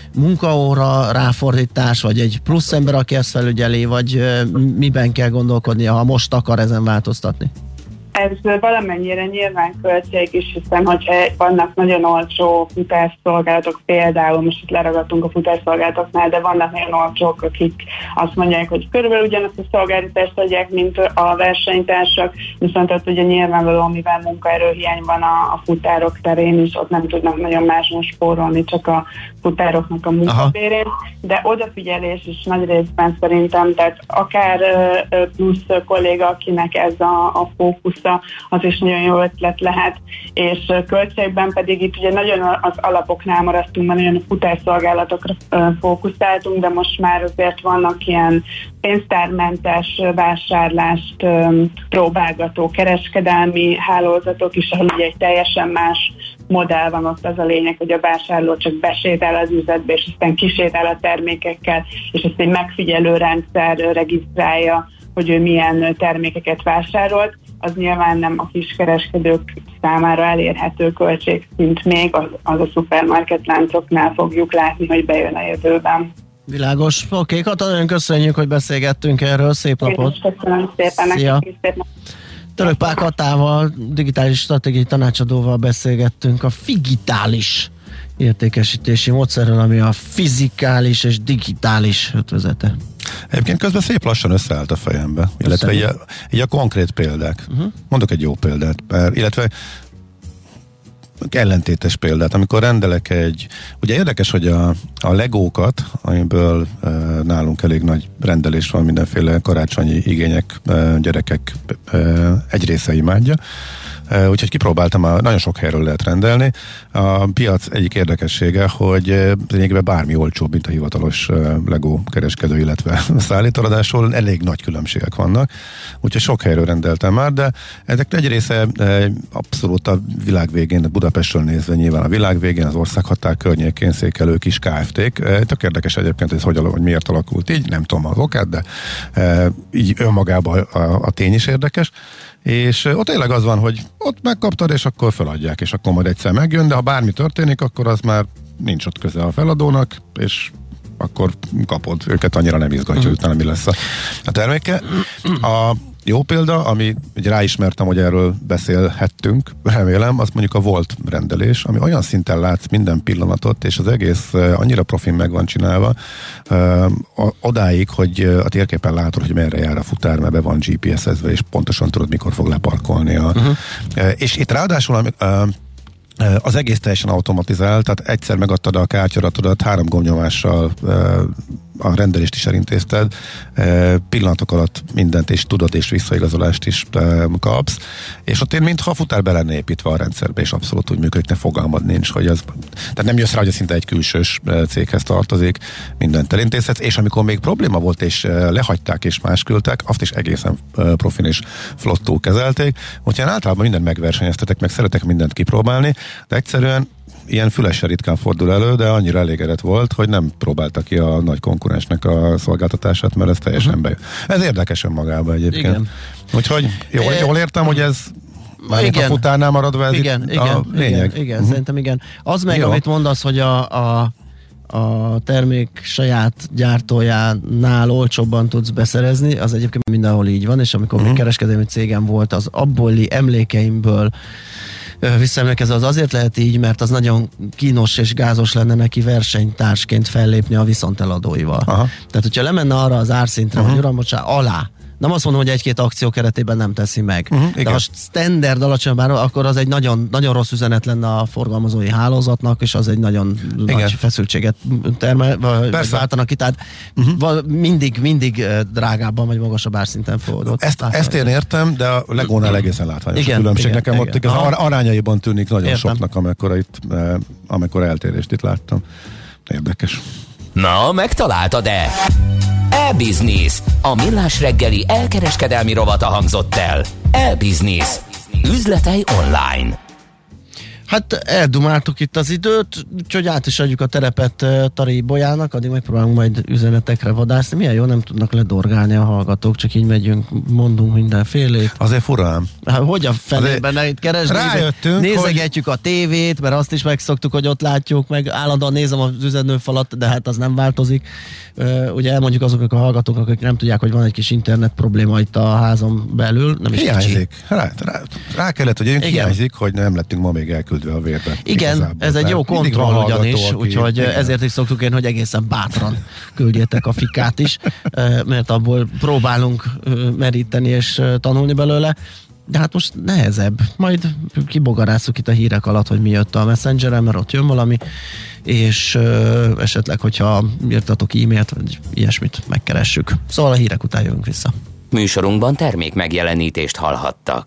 munkaóra ráfordítás, vagy egy plusz ember, aki ezt felügyeli, vagy miben kell gondolkodnia, ha most akar ezen változtatni? Ez valamennyire nyilván költség is, hiszen hogyha vannak nagyon olcsó futásszolgálatok, például most itt leragadtunk a futásszolgálatoknál, de vannak nagyon olcsók, akik azt mondják, hogy körülbelül ugyanazt a szolgáltatást adják, mint a versenytársak, viszont ott ugye nyilvánvalóan, mivel munkaerőhiány van a futárok terén is, ott nem tudnak nagyon máson spórolni, csak a futároknak a munkabérén, de odafigyelés is nagy részben szerintem, tehát akár plusz kolléga, akinek ez a fókusz, az is nagyon jó ötlet lehet, és költségben pedig itt ugye nagyon az alapoknál maradtunk, mert nagyon a futásszolgálatokra fókuszáltunk, de most már azért vannak ilyen pénztármentes vásárlást próbálgató kereskedelmi hálózatok is, ahol ugye egy teljesen más modell van, ott az a lényeg, hogy a vásárló csak besétál az üzletbe, és aztán kisétál a termékekkel, és ezt egy megfigyelő rendszer regisztrálja, hogy ő milyen termékeket vásárolt. Az nyilván nem a kiskereskedők számára elérhető költségszint még, az a szupermarketláncoknál fogjuk látni, hogy bejön a jövőben. Világos. Oké, Kata, nagyon köszönjük, hogy beszélgettünk erről. Szép napot! Köszönöm szépen! Szia. Török Pál Katával, digitális stratégiai tanácsadóval beszélgettünk a Figitális értékesítési módszerrel, ami a fizikális és digitális ötvözete. Egyébként közben szép lassan összeállt a fejembe, illetve így a konkrét példák. Mondok egy jó példát, illetve ellentétes példát, amikor rendelek ugye érdekes, hogy a legókat, amiből nálunk elég nagy rendelés van, mindenféle karácsonyi igények, gyerekek egy része imádja, úgyhogy kipróbáltam, nagyon sok helyről lehet rendelni. A piac egyik érdekessége, hogy lényegében bármi olcsóbb, mint a hivatalos Lego kereskedő, illetve szállítóadásról, elég nagy különbségek vannak, úgyhogy sok helyről rendeltem már, de ezek egy része abszolút a világ végén, Budapestről nézve nyilván a világ végén, az országhatár környékén székelő kis KFT-k. Tök érdekes egyébként, hogy miért alakult így, nem tudom az okát, de így önmagában a tény is érdekes. És ott tényleg az van, hogy ott megkaptad, és akkor feladják, és akkor majd egyszer megjön, de ha bármi történik, akkor az már nincs ott köze a feladónak, és akkor kapod őket, annyira nem izgatja, utána mi lesz a terméke. A jó példa, ami ugye ráismertem, hogy erről beszélhettünk, remélem, az mondjuk a Volt rendelés, ami olyan szinten látsz minden pillanatot, és az egész annyira profin meg van csinálva, odáig, hogy a térképen látod, hogy merre jár a futár, mert be van GPS-ezve, és pontosan tudod, mikor fog leparkolni. És itt ráadásul az egész teljesen automatizált, tehát egyszer megadtad a kártyaratodat, 3 gombnyomással a rendelést is elintézted, pillanatok alatt mindent és tudod, és visszaigazolást is kapsz, és ott én mintha a futár be lenne építve a rendszerbe, és abszolút úgy működik, ne fogalmad nincs, hogy az, tehát nem jössz rá, hogy ez szinte egy külsős céghez tartozik, mindent elintézhetsz, és amikor még probléma volt, és lehagyták, és más küldtek, azt is egészen profin és flottul kezelték, úgyhogy általában mindent megversenyeztetek, meg szeretek mindent kipróbálni, de egyszerűen ilyen fülesen ritkán fordul elő, de annyira elégedett volt, hogy nem próbálta ki a nagy konkurensnek a szolgáltatását, mert ez teljesen bejön. Ez érdekes önmagában egyébként. Igen. Úgyhogy jól értem, hogy ez mármint a futárnál maradva, ez a lényeg. Igen, szerintem igen. Az meg, amit mondasz, hogy a termék saját gyártójánál olcsóbban tudsz beszerezni, az egyébként mindenhol így van, és amikor még kereskedelmi cégem volt, az abbóli emlékeimből visszaemlékezve, az azért lehet így, mert az nagyon kínos és gázos lenne neki versenytársként fellépni a viszonteladóival. Aha. Tehát, hogyha lemenne arra az árszintre, hogy uram, bocsánat, alá, nem azt mondom, hogy egy-két akció keretében nem teszi meg. De ha standard alacsony bár, akkor az egy nagyon, nagyon rossz üzenet lenne a forgalmazói hálózatnak, és az egy nagyon nagy feszültséget termel, vagy váltanak ki. Tehát mindig drágábban, vagy magasabb árszinten fordult. Ezt én értem, de a Legónál egészen látványos a különbség. Nekem ott arányaiban tűnik nagyon soknak, amikor eltérést itt láttam. Érdekes. Na, megtaláltad-e? E-Business. A Millás reggeli elkereskedelmi rovata hangzott el. E-Business. Üzletei online. Hát eldumáltuk itt az időt, úgyhogy át is adjuk a terepet Tari Bolyának, addig megpróbálunk majd üzenetekre vadászni. Milyen jó, nem tudnak ledorgálni a hallgatók, csak így megyünk, mondunk mindenfélét. Azért furán. Hogy a fenében itt keresni? Rájöttünk, nézegetjük a tévét, mert azt is megszoktuk, hogy ott látjuk, meg állandóan nézem az üzenőfalat, de hát az nem változik. Ugye elmondjuk azoknak a hallgatóknak, akik nem tudják, hogy van egy kis internet probléma itt a házon belül. Nem is hiányzik. Rá kellett, hogy hiányzik, hogy nem lettünk ma még elküldve a vérbe. Igen, igazából. Ez egy jó kontroll ugyanis, úgyhogy ezért is szoktuk én, hogy egészen bátran küldjétek a fikát is, mert abból próbálunk meríteni és tanulni belőle. De hát most nehezebb. Majd kibogarásszuk itt a hírek alatt, hogy mi jött a Messengeren, mert ott jön valami, és esetleg, hogyha írtatok e-mailt, vagy ilyesmit megkeressük. Szóval a hírek után jövünk vissza. Műsorunkban termék megjelenítést hallhattak.